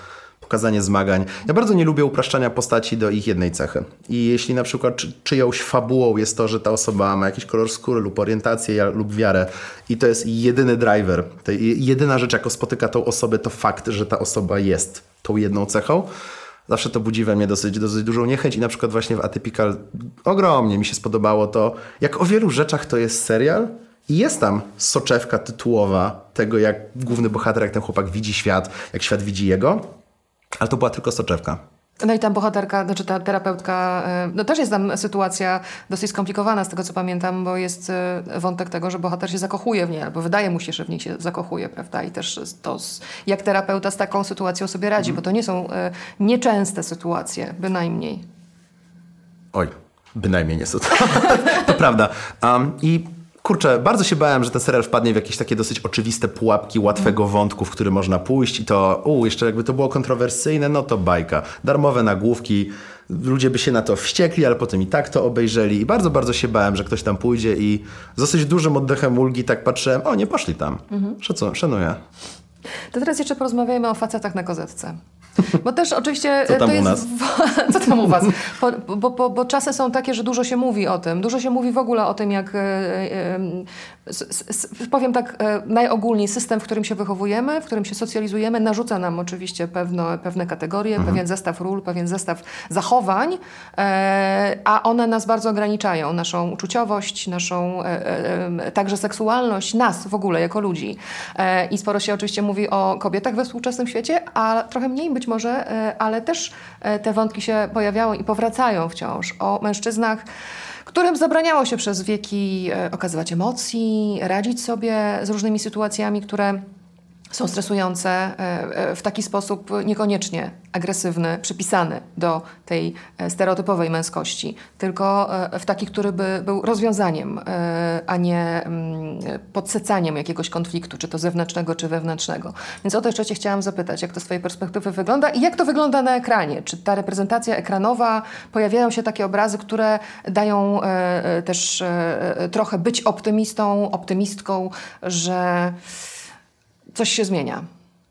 pokazanie zmagań. Ja bardzo nie lubię upraszczania postaci do ich jednej cechy. I jeśli na przykład czyjąś fabułą jest to, że ta osoba ma jakiś kolor skóry lub orientację lub wiarę i to jest jedyny driver, to jedyna rzecz, jaką spotyka tą osobę, to fakt, że ta osoba jest tą jedną cechą, zawsze to budzi we mnie dosyć dużą niechęć i na przykład właśnie w Atypical ogromnie mi się spodobało to, jak o wielu rzeczach to jest serial i jest tam soczewka tytułowa tego, jak główny bohater, jak ten chłopak widzi świat, jak świat widzi jego, ale to była tylko soczewka. No i tam bohaterka, znaczy ta terapeutka, no też jest tam sytuacja dosyć skomplikowana z tego, co pamiętam, bo jest wątek tego, że bohater się zakochuje w niej, albo wydaje mu się, że w niej się zakochuje, prawda? I też to, jak terapeuta z taką sytuacją sobie radzi, bo to nie są nieczęste sytuacje, bynajmniej. Oj, bynajmniej nie są to. To prawda. I kurczę, bardzo się bałem, że ten serial wpadnie w jakieś takie dosyć oczywiste pułapki łatwego wątku, w który można pójść i to, jeszcze jakby to było kontrowersyjne, no to bajka. Darmowe nagłówki, ludzie by się na to wściekli, ale potem i tak to obejrzeli i bardzo, bardzo się bałem, że ktoś tam pójdzie i z dosyć dużym oddechem ulgi tak patrzyłem, nie poszli tam. Szanuję. To teraz jeszcze porozmawiajmy o facetach na kozetce. Bo też oczywiście... Co tam u nas? Co tam u was? Bo czasy są takie, że dużo się mówi o tym. Dużo się mówi w ogóle o tym, jak... powiem tak najogólniej, system, w którym się wychowujemy, w którym się socjalizujemy, narzuca nam oczywiście pewne kategorie, pewien zestaw ról, pewien zestaw zachowań, a one nas bardzo ograniczają. Naszą uczuciowość, naszą także seksualność, nas w ogóle jako ludzi. I sporo się oczywiście mówi o kobietach we współczesnym świecie, a trochę mniej być może, ale też te wątki się pojawiają i powracają wciąż. O mężczyznach, którym zabraniało się przez wieki okazywać emocji, radzić sobie z różnymi sytuacjami, które są stresujące w taki sposób niekoniecznie agresywny, przypisany do tej stereotypowej męskości, tylko w taki, który by był rozwiązaniem, a nie podsycaniem jakiegoś konfliktu, czy to zewnętrznego, czy wewnętrznego. Więc o to jeszcze Cię chciałam zapytać, jak to z Twojej perspektywy wygląda i jak to wygląda na ekranie? Czy ta reprezentacja ekranowa, pojawiają się takie obrazy, które dają też trochę być optymistą, optymistką, że coś się zmienia?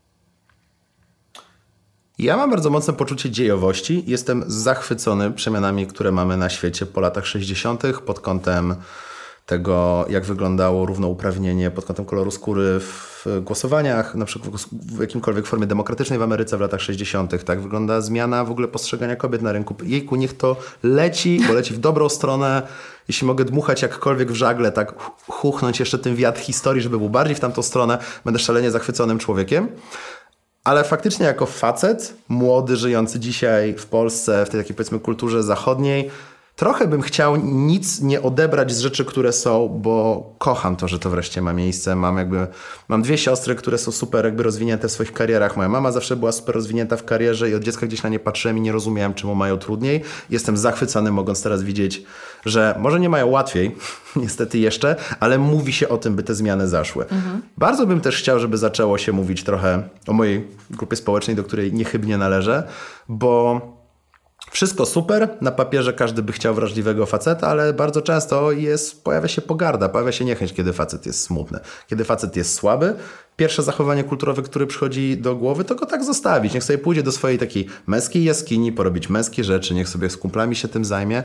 Ja mam bardzo mocne poczucie dziejowości. Jestem zachwycony przemianami, które mamy na świecie po latach 60. pod kątem tego, jak wyglądało równouprawnienie, pod kątem koloru skóry w głosowaniach, na przykład w jakimkolwiek formie demokratycznej w Ameryce w latach 60. Tak wygląda zmiana w ogóle postrzegania kobiet na rynku. Jejku, niech to leci, bo leci w dobrą stronę. Jeśli mogę dmuchać jakkolwiek w żagle, tak chuchnąć jeszcze ten wiatr historii, żeby był bardziej w tamtą stronę, będę szalenie zachwyconym człowiekiem. Ale faktycznie jako facet, młody, żyjący dzisiaj w Polsce, w tej takiej powiedzmy kulturze zachodniej, trochę bym chciał nic nie odebrać z rzeczy, które są, bo kocham to, że to wreszcie ma miejsce. Mam dwie siostry, które są super jakby rozwinięte w swoich karierach. Moja mama zawsze była super rozwinięta w karierze i od dziecka gdzieś na nie patrzyłem i nie rozumiałem, czemu mają trudniej. Jestem zachwycony, mogąc teraz widzieć, że może nie mają łatwiej, niestety jeszcze, ale mówi się o tym, by te zmiany zaszły. Bardzo bym też chciał, żeby zaczęło się mówić trochę o mojej grupie społecznej, do której niechybnie należę, bo wszystko super, na papierze każdy by chciał wrażliwego faceta, ale bardzo często pojawia się pogarda, pojawia się niechęć, kiedy facet jest smutny, kiedy facet jest słaby. Pierwsze zachowanie kulturowe, które przychodzi do głowy, to go tak zostawić. Niech sobie pójdzie do swojej takiej męskiej jaskini, porobić męskie rzeczy, niech sobie z kumplami się tym zajmie.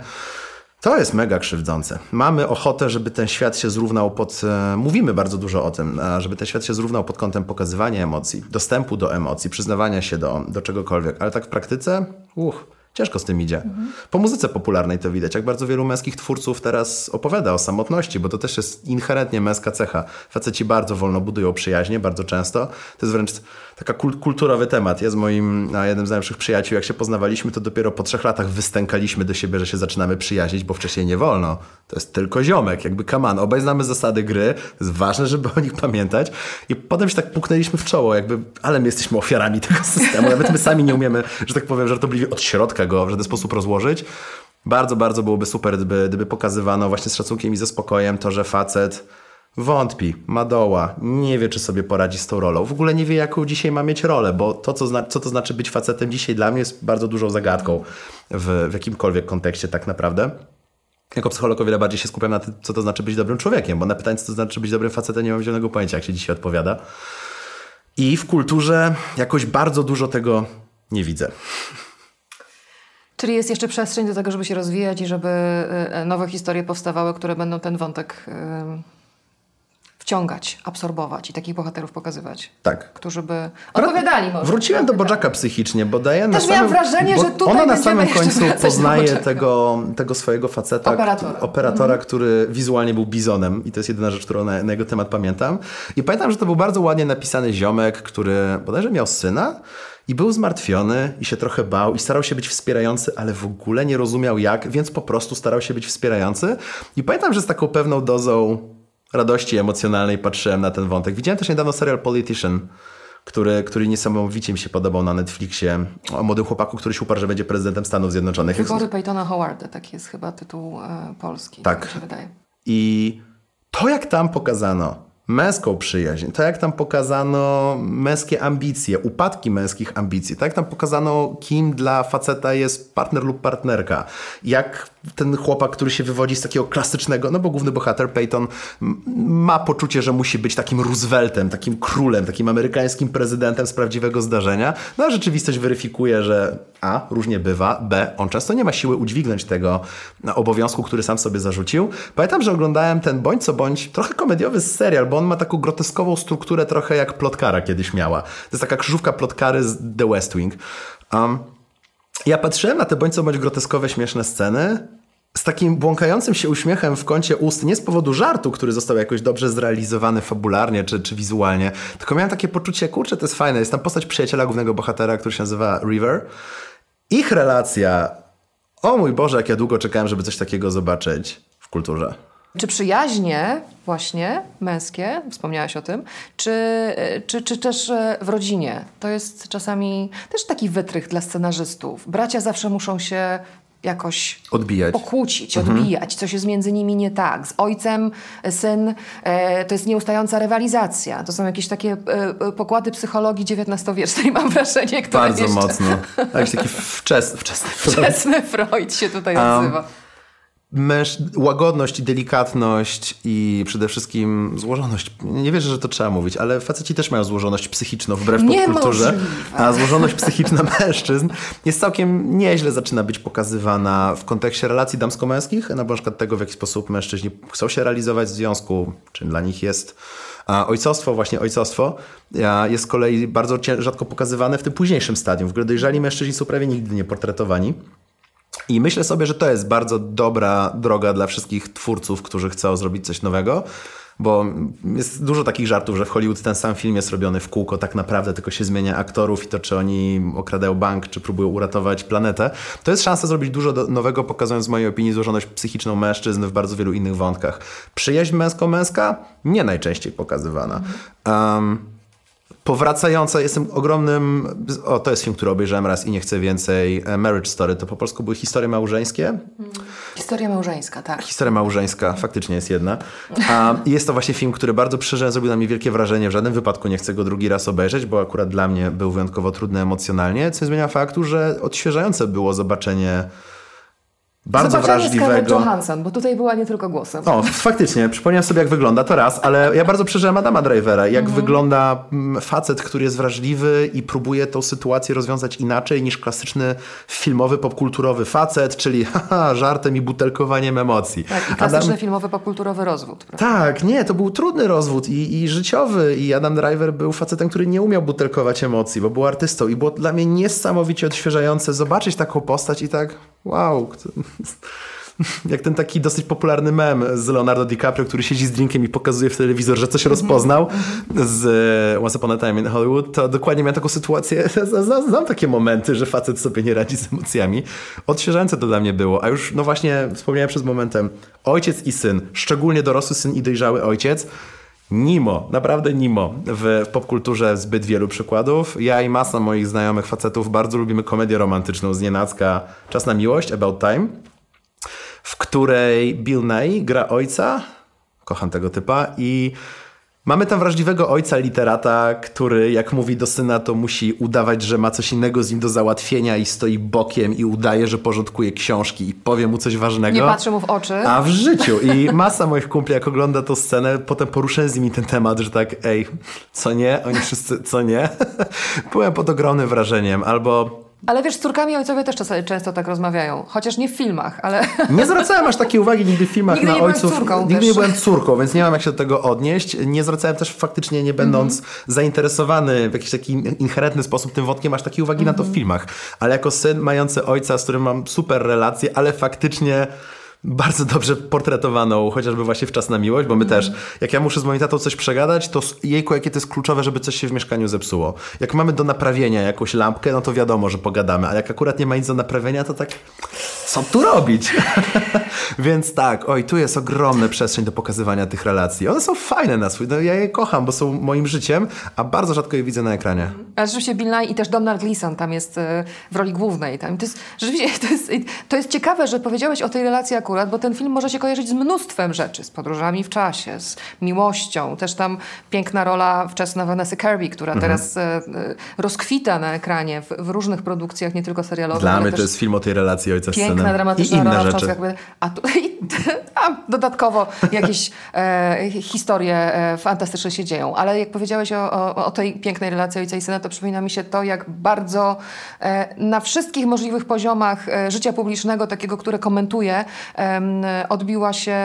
To jest mega krzywdzące. Mamy ochotę, żeby ten świat się zrównał mówimy bardzo dużo o tym, żeby ten świat się zrównał pod kątem pokazywania emocji, dostępu do emocji, przyznawania się do czegokolwiek, ale tak w praktyce, ciężko z tym idzie. Po muzyce popularnej to widać, jak bardzo wielu męskich twórców teraz opowiada o samotności, bo to też jest inherentnie męska cecha. Faceci bardzo wolno budują przyjaźnie, bardzo często. To jest wręcz taka kulturowy temat. Ja z jednym z najlepszych przyjaciół, jak się poznawaliśmy, to dopiero po 3 latach wystękaliśmy do siebie, że się zaczynamy przyjaźnić, bo wcześniej nie wolno. To jest tylko ziomek, jakby come on. Obaj znamy zasady gry, to jest ważne, żeby o nich pamiętać. I potem się tak puknęliśmy w czoło, ale my jesteśmy ofiarami tego systemu. Nawet my sami nie umiemy, że tak powiem, żartobliwie od środka go w żaden sposób rozłożyć. Bardzo, bardzo byłoby super, gdyby pokazywano właśnie z szacunkiem i ze spokojem to, że facet wątpi, ma doła, nie wie, czy sobie poradzi z tą rolą. W ogóle nie wie, jaką dzisiaj ma mieć rolę, bo to, co to znaczy być facetem dzisiaj dla mnie jest bardzo dużą zagadką w jakimkolwiek kontekście tak naprawdę. Jako psycholog o wiele bardziej się skupiam na tym, co to znaczy być dobrym człowiekiem, bo na pytanie, co to znaczy być dobrym facetem, nie mam zielonego pojęcia, jak się dzisiaj odpowiada. I w kulturze jakoś bardzo dużo tego nie widzę. Czyli jest jeszcze przestrzeń do tego, żeby się rozwijać i żeby nowe historie powstawały, które będą ten wątek wciągać, absorbować i takich bohaterów pokazywać. Tak. Którzy by odpowiadali może. Wróciłem do Bodzaka psychicznie, bo Diana też miałam wrażenie, że tutaj ona na samym końcu poznaje tego swojego faceta, operatora, który wizualnie był bizonem i to jest jedyna rzecz, którą na jego temat pamiętam. I pamiętam, że to był bardzo ładnie napisany ziomek, który bodajże miał syna i był zmartwiony i się trochę bał i starał się być wspierający, ale w ogóle nie rozumiał jak, więc po prostu starał się być wspierający. I pamiętam, że z taką pewną dozą radości emocjonalnej patrzyłem na ten wątek. Widziałem też niedawno serial Politician, który niesamowicie mi się podobał na Netflixie, o młodym chłopaku, który się uparł, że będzie prezydentem Stanów Zjednoczonych. Wybory Peytona Howarda, taki jest chyba tytuł polski. Tak. Mi się wydaje. I to, jak tam pokazano męską przyjaźń, to jak tam pokazano męskie ambicje, upadki męskich ambicji, tak jak tam pokazano, kim dla faceta jest partner lub partnerka, jak ten chłopak, który się wywodzi z takiego klasycznego, no bo główny bohater Peyton ma poczucie, że musi być takim Rooseveltem, takim królem, takim amerykańskim prezydentem z prawdziwego zdarzenia, no a rzeczywistość weryfikuje, że a, różnie bywa, b, on często nie ma siły udźwignąć tego obowiązku, który sam sobie zarzucił. Pamiętam, że oglądałem ten bądź co bądź trochę komediowy serial, bo on ma taką groteskową strukturę trochę jak Plotkara kiedyś miała. To jest taka krzyżówka Plotkary z The West Wing. Ja patrzyłem na te bądź co bądź groteskowe, śmieszne sceny z takim błąkającym się uśmiechem w kącie ust, nie z powodu żartu, który został jakoś dobrze zrealizowany fabularnie czy wizualnie, tylko miałem takie poczucie, kurczę, to jest fajne. Jest tam postać przyjaciela głównego bohatera, który się nazywa River. Ich relacja, o mój Boże, jak ja długo czekałem, żeby coś takiego zobaczyć w kulturze. Czy przyjaźnie właśnie męskie, wspomniałaś o tym, czy też w rodzinie? To jest czasami też taki wytrych dla scenarzystów. Bracia zawsze muszą się jakoś pokłócić, odbijać. Coś jest między nimi nie tak. Z ojcem, syn, to jest nieustająca rywalizacja. To są jakieś takie pokłady psychologii XIX-wiecznej, mam wrażenie, które bardzo jeszcze... mocno. Jakiś taki wczesny Freud się tutaj odzywa. Łagodność i delikatność i przede wszystkim złożoność. Nie wierzę, że to trzeba mówić, ale faceci też mają złożoność psychiczną wbrew popkulturze. A złożoność psychiczna mężczyzn jest całkiem nieźle zaczyna być pokazywana w kontekście relacji damsko-męskich, na przykład tego, w jaki sposób mężczyźni chcą się realizować w związku, czym dla nich jest ojcostwo, jest z kolei bardzo rzadko pokazywane w tym późniejszym stadium. W ogóle dojrzali mężczyźni są prawie nigdy nie portretowani. I myślę sobie, że to jest bardzo dobra droga dla wszystkich twórców, którzy chcą zrobić coś nowego, bo jest dużo takich żartów, że w Hollywood ten sam film jest robiony w kółko, tak naprawdę tylko się zmienia aktorów i to, czy oni okradają bank, czy próbują uratować planetę. To jest szansa zrobić dużo nowego, pokazując w mojej opinii złożoność psychiczną mężczyzn w bardzo wielu innych wątkach. Przyjaźń męsko-męska nie najczęściej pokazywana. Powracająca, jestem ogromnym... to jest film, który obejrzałem raz i nie chcę więcej. Marriage Story, to po polsku były historie małżeńskie. Historia małżeńska, tak. Historia małżeńska, faktycznie jest jedna. Jest to właśnie film, który bardzo przeżyłem, zrobił na mnie wielkie wrażenie. W żadnym wypadku nie chcę go drugi raz obejrzeć, bo akurat dla mnie był wyjątkowo trudny emocjonalnie, co nie zmienia faktu, że odświeżające było zobaczenie bardzo wrażliwego. Scarlett Johansson, bo tutaj była nie tylko głosem. O, faktycznie, przypomniałem sobie, jak wygląda to raz, ale ja bardzo przeżyłem Adama Drivera, jak wygląda facet, który jest wrażliwy i próbuje tą sytuację rozwiązać inaczej niż klasyczny filmowy, popkulturowy facet, czyli żartem i butelkowaniem emocji. Tak, i klasyczny filmowy, popkulturowy rozwód. Prawda? Tak, nie, to był trudny rozwód i życiowy i Adam Driver był facetem, który nie umiał butelkować emocji, bo był artystą i było dla mnie niesamowicie odświeżające zobaczyć taką postać i tak, wow, jak ten taki dosyć popularny mem z Leonardo DiCaprio, który siedzi z drinkiem i pokazuje w telewizor, że coś rozpoznał z Once Upon a Time in Hollywood, to dokładnie miałem taką sytuację, znam takie momenty, że facet sobie nie radzi z emocjami. Odświeżające to dla mnie było, a już no właśnie wspomniałem przed momentem, ojciec i syn, szczególnie dorosły syn i dojrzały ojciec, naprawdę w popkulturze zbyt wielu przykładów. Ja i masa moich znajomych facetów bardzo lubimy komedię romantyczną z nienacka Czas na miłość, About Time, w której Bill Nighy gra ojca, kocham tego typa, i Mamy tam wrażliwego ojca literata, który jak mówi do syna, to musi udawać, że ma coś innego z nim do załatwienia i stoi bokiem i udaje, że porządkuje książki i powie mu coś ważnego. Nie patrzy mu w oczy. A w życiu. I masa moich kumpli, jak ogląda tę scenę, potem poruszyłem z nimi ten temat, że tak, co nie? Oni wszyscy, co nie? Byłem pod ogromnym wrażeniem. Ale wiesz, z córkami ojcowie też często tak rozmawiają. Chociaż nie w filmach, ale... Nie zwracałem aż takiej uwagi nigdy w filmach nigdy na ojców. Nigdy nie byłem córką, więc nie mam jak się do tego odnieść. Nie zwracałem też faktycznie, nie będąc zainteresowany w jakiś taki inherentny sposób tym wątkiem, aż takiej uwagi na to w filmach. Ale jako syn mający ojca, z którym mam super relację, ale faktycznie bardzo dobrze portretowaną, chociażby właśnie w Czas na miłość, bo my też, jak ja muszę z moim tatą coś przegadać, to jejku, jakie to jest kluczowe, żeby coś się w mieszkaniu zepsuło. Jak mamy do naprawienia jakąś lampkę, no to wiadomo, że pogadamy, a jak akurat nie ma nic do naprawienia, to tak, co tu robić? Więc tak, tu jest ogromna przestrzeń do pokazywania tych relacji. One są fajne na swój, ja je kocham, bo są moim życiem, a bardzo rzadko je widzę na ekranie. Ale rzeczywiście Bill Nye i też Domhnall Gleeson tam jest w roli głównej. To jest, rzeczywiście, to jest ciekawe, że powiedziałeś o tej relacji akurat, bo ten film może się kojarzyć z mnóstwem rzeczy, z podróżami w czasie, z miłością. Też tam piękna rola wczesna Vanessy Kirby, która teraz rozkwita na ekranie w różnych produkcjach, nie tylko serialowych. Dla mnie to jest film o tej relacji ojca z synem. Piękna, dramatyczna rola rzeczy. w czasach jakby, a dodatkowo jakieś historie fantastyczne się dzieją. Ale jak powiedziałeś o tej pięknej relacji ojca i syna, to przypomina mi się to, jak bardzo na wszystkich możliwych poziomach życia publicznego, takiego, które komentuje, odbiła się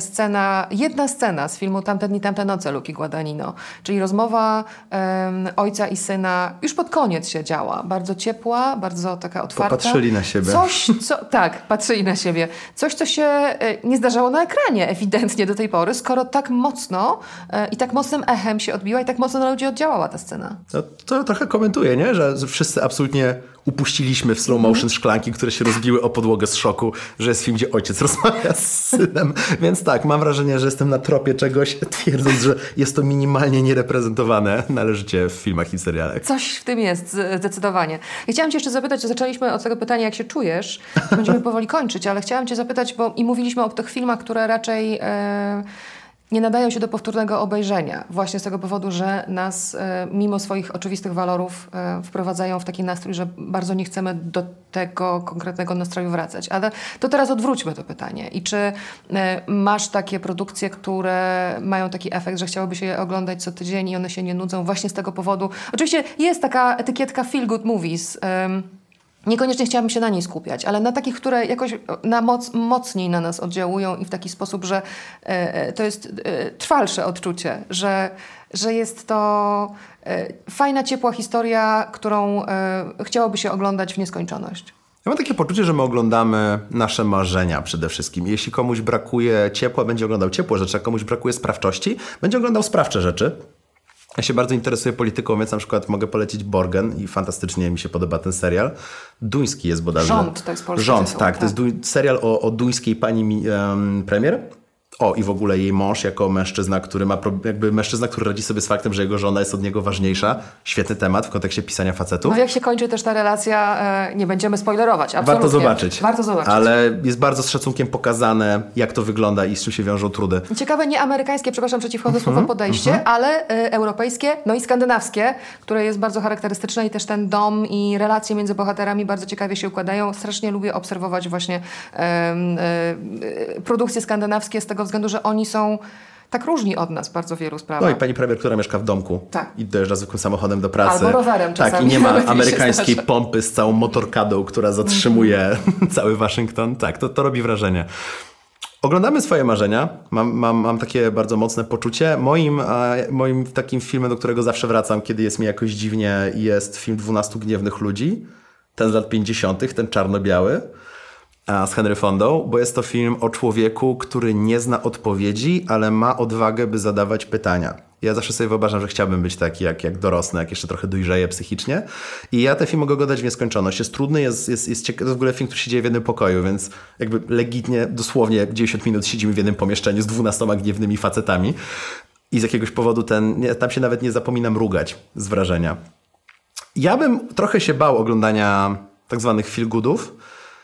jedna scena z filmu Tamte dni, tamte noce Luki Guadagnino. Czyli rozmowa ojca i syna już pod koniec się działa. Bardzo ciepła, bardzo taka otwarta. Popatrzyli na siebie. Patrzyli na siebie. Coś, co się nie zdarzało na ekranie ewidentnie do tej pory, skoro tak mocno i tak mocnym echem się odbiła i tak mocno na ludzi oddziałała ta scena. To trochę komentuje, nie? Że wszyscy absolutnie upuściliśmy w slow motion szklanki, które się rozbiły o podłogę z szoku, że jest film, gdzie ojciec rozmawia z synem. Więc tak, mam wrażenie, że jestem na tropie czegoś, twierdząc, że jest to minimalnie niereprezentowane należycie w filmach i serialach. Coś w tym jest, zdecydowanie. Ja chciałam cię jeszcze zapytać, zaczęliśmy od tego pytania, jak się czujesz. Będziemy powoli kończyć, ale chciałam cię zapytać, bo i mówiliśmy o tych filmach, które raczej nie nadają się do powtórnego obejrzenia. Właśnie z tego powodu, że nas mimo swoich oczywistych walorów wprowadzają w taki nastrój, że bardzo nie chcemy do tego konkretnego nastroju wracać. Ale to teraz odwróćmy to pytanie. I czy masz takie produkcje, które mają taki efekt, że chciałoby się je oglądać co tydzień i one się nie nudzą właśnie z tego powodu? Oczywiście jest taka etykietka feel good movies. Niekoniecznie chciałabym się na niej skupiać, ale na takich, które jakoś mocniej na nas oddziałują i w taki sposób, że to jest trwalsze odczucie, że jest to fajna, ciepła historia, którą chciałoby się oglądać w nieskończoność. Ja mam takie poczucie, że my oglądamy nasze marzenia przede wszystkim. Jeśli komuś brakuje ciepła, będzie oglądał ciepłe rzeczy, a komuś brakuje sprawczości, będzie oglądał sprawcze rzeczy. Ja się bardzo interesuję polityką, więc na przykład mogę polecić Borgen i fantastycznie mi się podoba ten serial. Duński jest bodajże. Rząd, to jest polski Rząd, tytuł, tak. To jest serial o duńskiej pani premier. I w ogóle jej mąż jako mężczyzna, który który radzi sobie z faktem, że jego żona jest od niego ważniejsza. Świetny temat w kontekście pisania facetów. No jak się kończy też ta relacja, nie będziemy spoilerować. Absolutnie. Warto zobaczyć. Ale jest bardzo z szacunkiem pokazane, jak to wygląda i z czym się wiążą trudy. Ciekawe, nie amerykańskie, przepraszam, przeciwchodzę słowom podejście, ale europejskie, no i skandynawskie, które jest bardzo charakterystyczne i też ten dom i relacje między bohaterami bardzo ciekawie się układają. Strasznie lubię obserwować właśnie produkcje skandynawskie z tego względu, że oni są tak różni od nas w bardzo wielu sprawach. No i pani premier, która mieszka w domku i dojeżdża zwykłym samochodem do pracy. Albo rowerem czasami. Tak, i nie ma amerykańskiej pompy z całą motorkadą, która zatrzymuje cały Waszyngton. Tak, to robi wrażenie. Oglądamy swoje marzenia. Mam takie bardzo mocne poczucie. Moim takim filmem, do którego zawsze wracam, kiedy jest mi jakoś dziwnie, jest film 12 gniewnych ludzi. Ten z lat 50., ten czarno-biały. Z Henry Fondą, bo jest to film o człowieku, który nie zna odpowiedzi, ale ma odwagę, by zadawać pytania. Ja zawsze sobie wyobrażam, że chciałbym być taki, jak dorosnę, jak jeszcze trochę dojrzeję psychicznie. I ja ten film mogę oglądać w nieskończoność. Jest trudny, jest ciekawy, to w ogóle film, który się dzieje w jednym pokoju, więc jakby legitnie, dosłownie 90 minut siedzimy w jednym pomieszczeniu z 12 gniewnymi facetami. I z jakiegoś powodu tam się nawet nie zapominam rugać z wrażenia. Ja bym trochę się bał oglądania tak zwanych feel goodów,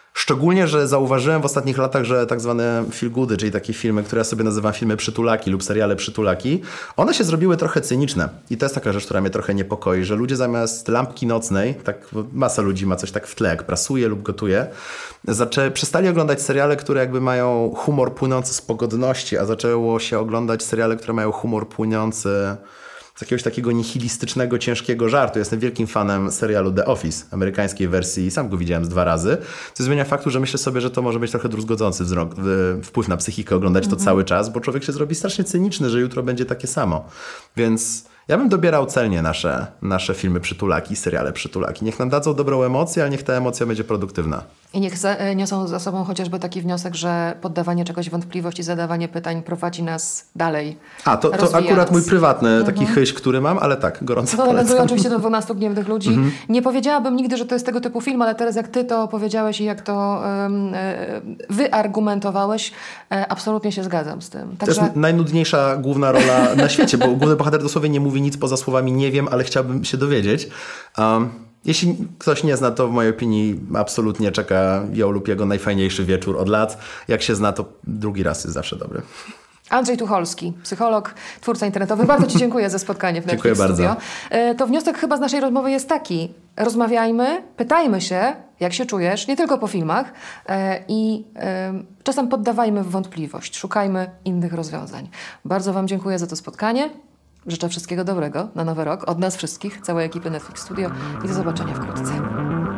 Szczególnie, że zauważyłem w ostatnich latach, że tak zwane feel goody, czyli takie filmy, które ja sobie nazywam filmy przytulaki lub seriale przytulaki, one się zrobiły trochę cyniczne. I to jest taka rzecz, która mnie trochę niepokoi, że ludzie zamiast lampki nocnej, tak masa ludzi ma coś tak w tle, jak prasuje lub gotuje, przestali oglądać seriale, które jakby mają humor płynący z pogodności, a zaczęło się oglądać seriale, które mają humor płynący z jakiegoś takiego nihilistycznego, ciężkiego żartu. Jestem wielkim fanem serialu The Office, amerykańskiej wersji. Sam go widziałem 2 razy. Co zmienia faktu, że myślę sobie, że to może być trochę druzgodzący wpływ na psychikę oglądać to cały czas, bo człowiek się zrobi strasznie cyniczny, że jutro będzie takie samo. Więc ja bym dobierał celnie nasze filmy przytulaki, seriale przytulaki. Niech nam dadzą dobrą emocję, ale niech ta emocja będzie produktywna. I niech niosą za sobą chociażby taki wniosek, że poddawanie czegoś wątpliwości, zadawanie pytań prowadzi nas dalej. To akurat mój prywatny taki chyś, który mam, ale tak, gorąco polecam. Nawiązuję oczywiście do 12 gniewnych ludzi. Nie powiedziałabym nigdy, że to jest tego typu film, ale teraz jak ty to powiedziałeś i jak to wyargumentowałeś, absolutnie się zgadzam z tym. Także... To jest najnudniejsza główna rola na świecie, bo główny bohater dosłownie nie mówi nic poza słowami nie wiem, ale chciałbym się dowiedzieć. Jeśli ktoś nie zna, to w mojej opinii absolutnie czeka ją lub jego najfajniejszy wieczór od lat. Jak się zna, to drugi raz jest zawsze dobry. Andrzej Tucholski, psycholog, twórca internetowy. Bardzo Ci dziękuję za spotkanie w Netflix Studio. Bardzo. To wniosek chyba z naszej rozmowy jest taki. Rozmawiajmy, pytajmy się, jak się czujesz, nie tylko po filmach i czasem poddawajmy w wątpliwość, szukajmy innych rozwiązań. Bardzo Wam dziękuję za to spotkanie. Życzę wszystkiego dobrego na nowy rok od nas wszystkich, całej ekipy Netflix Studio i do zobaczenia wkrótce.